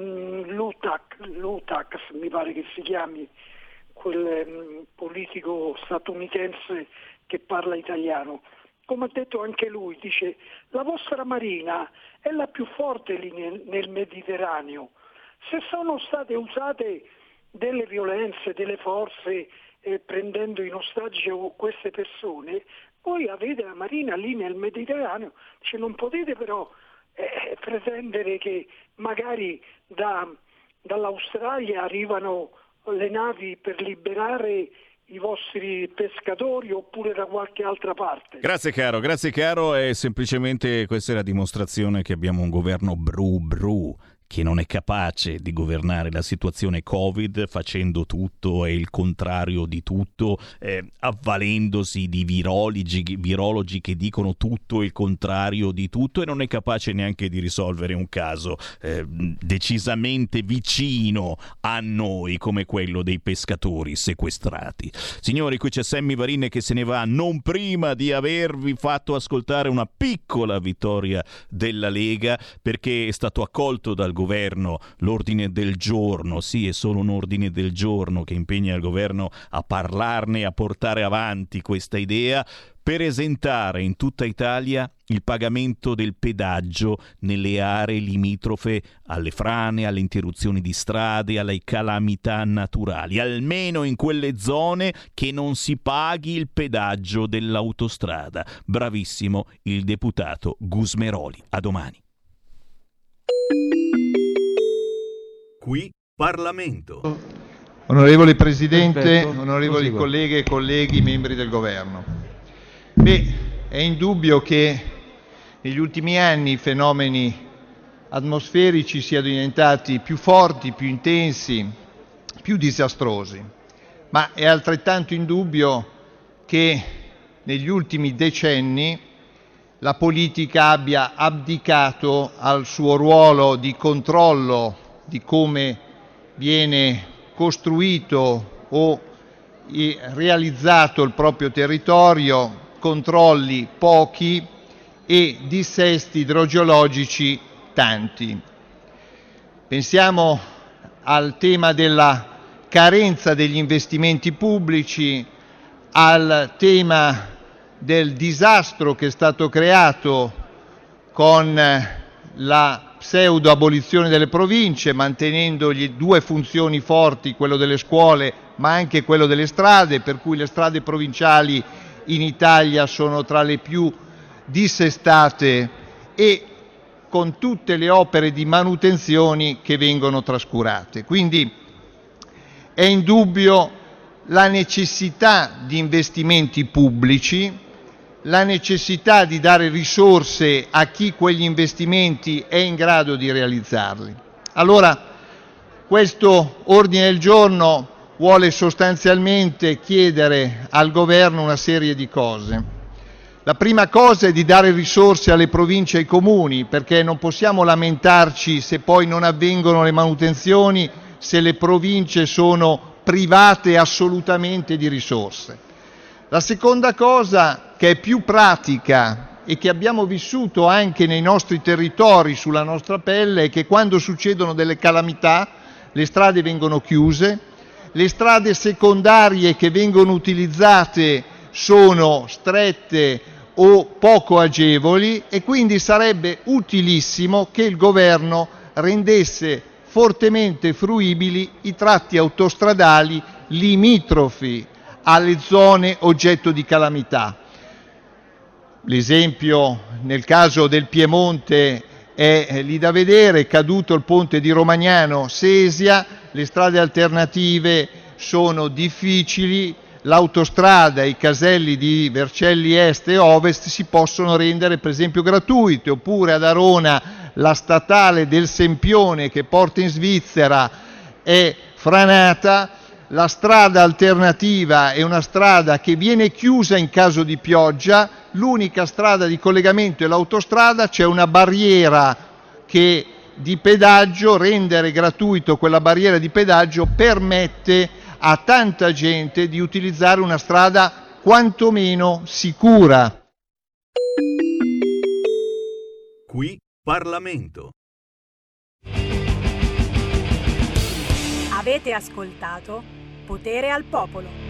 Lutax, mi pare che si chiami, quel politico statunitense che parla italiano, come ha detto anche lui, dice: la vostra marina è la più forte lì nel Mediterraneo. Se sono state usate delle violenze, delle forze, prendendo in ostaggio queste persone, voi avete la marina lì nel Mediterraneo, cioè non potete però pretendere che magari dall'Australia arrivano le navi per liberare i vostri pescatori, oppure da qualche altra parte.
Grazie caro, e semplicemente questa è la dimostrazione che abbiamo un governo bru che non è capace di governare la situazione Covid, facendo tutto e il contrario di tutto, avvalendosi di virologi che dicono tutto e il contrario di tutto, e non è capace neanche di risolvere un caso decisamente vicino a noi come quello dei pescatori sequestrati. Signori, qui c'è Sammy Varin che se ne va non prima di avervi fatto ascoltare una piccola vittoria della Lega, perché è stato accolto dal governo l'ordine del giorno, sì, è solo un ordine del giorno che impegna il governo a parlarne e a portare avanti questa idea per esentare in tutta Italia il pagamento del pedaggio nelle aree limitrofe alle frane, alle interruzioni di strade, alle calamità naturali, almeno in quelle zone che non si paghi il pedaggio dell'autostrada. Bravissimo il deputato Gusmeroli. A domani.
Qui Parlamento.
Onorevole Presidente, onorevoli colleghe e colleghi, membri del Governo. È indubbio che negli ultimi anni i fenomeni atmosferici siano diventati più forti, più intensi, più disastrosi, ma è altrettanto indubbio che negli ultimi decenni la politica abbia abdicato al suo ruolo di controllo di come viene costruito o realizzato il proprio territorio, controlli pochi e dissesti idrogeologici tanti. Pensiamo al tema della carenza degli investimenti pubblici, al tema del disastro che è stato creato con la pseudo abolizione delle province, mantenendo due funzioni forti, quello delle scuole ma anche quello delle strade, per cui le strade provinciali in Italia sono tra le più dissestate e con tutte le opere di manutenzione che vengono trascurate. Quindi è indubbio la necessità di investimenti pubblici, la necessità di dare risorse a chi quegli investimenti è in grado di realizzarli. Allora, questo ordine del giorno vuole sostanzialmente chiedere al governo una serie di cose. La prima cosa è di dare risorse alle province e ai comuni, perché non possiamo lamentarci se poi non avvengono le manutenzioni, se le province sono private assolutamente di risorse. La seconda cosa, che è più pratica e che abbiamo vissuto anche nei nostri territori sulla nostra pelle, è che quando succedono delle calamità le strade vengono chiuse, le strade secondarie che vengono utilizzate sono strette o poco agevoli e quindi sarebbe utilissimo che il governo rendesse fortemente fruibili i tratti autostradali limitrofi alle zone oggetto di calamità. L'esempio nel caso del Piemonte è lì da vedere: caduto il ponte di Romagnano-Sesia, le strade alternative sono difficili, l'autostrada e i caselli di Vercelli Est e Ovest si possono rendere per esempio gratuiti, oppure ad Arona la statale del Sempione che porta in Svizzera è franata, la strada alternativa è una strada che viene chiusa in caso di pioggia, l'unica strada di collegamento è l'autostrada, c'è una barriera che di pedaggio, rendere gratuito quella barriera di pedaggio permette a tanta gente di utilizzare una strada quantomeno sicura.
Qui Parlamento.
Avete ascoltato Potere al Popolo.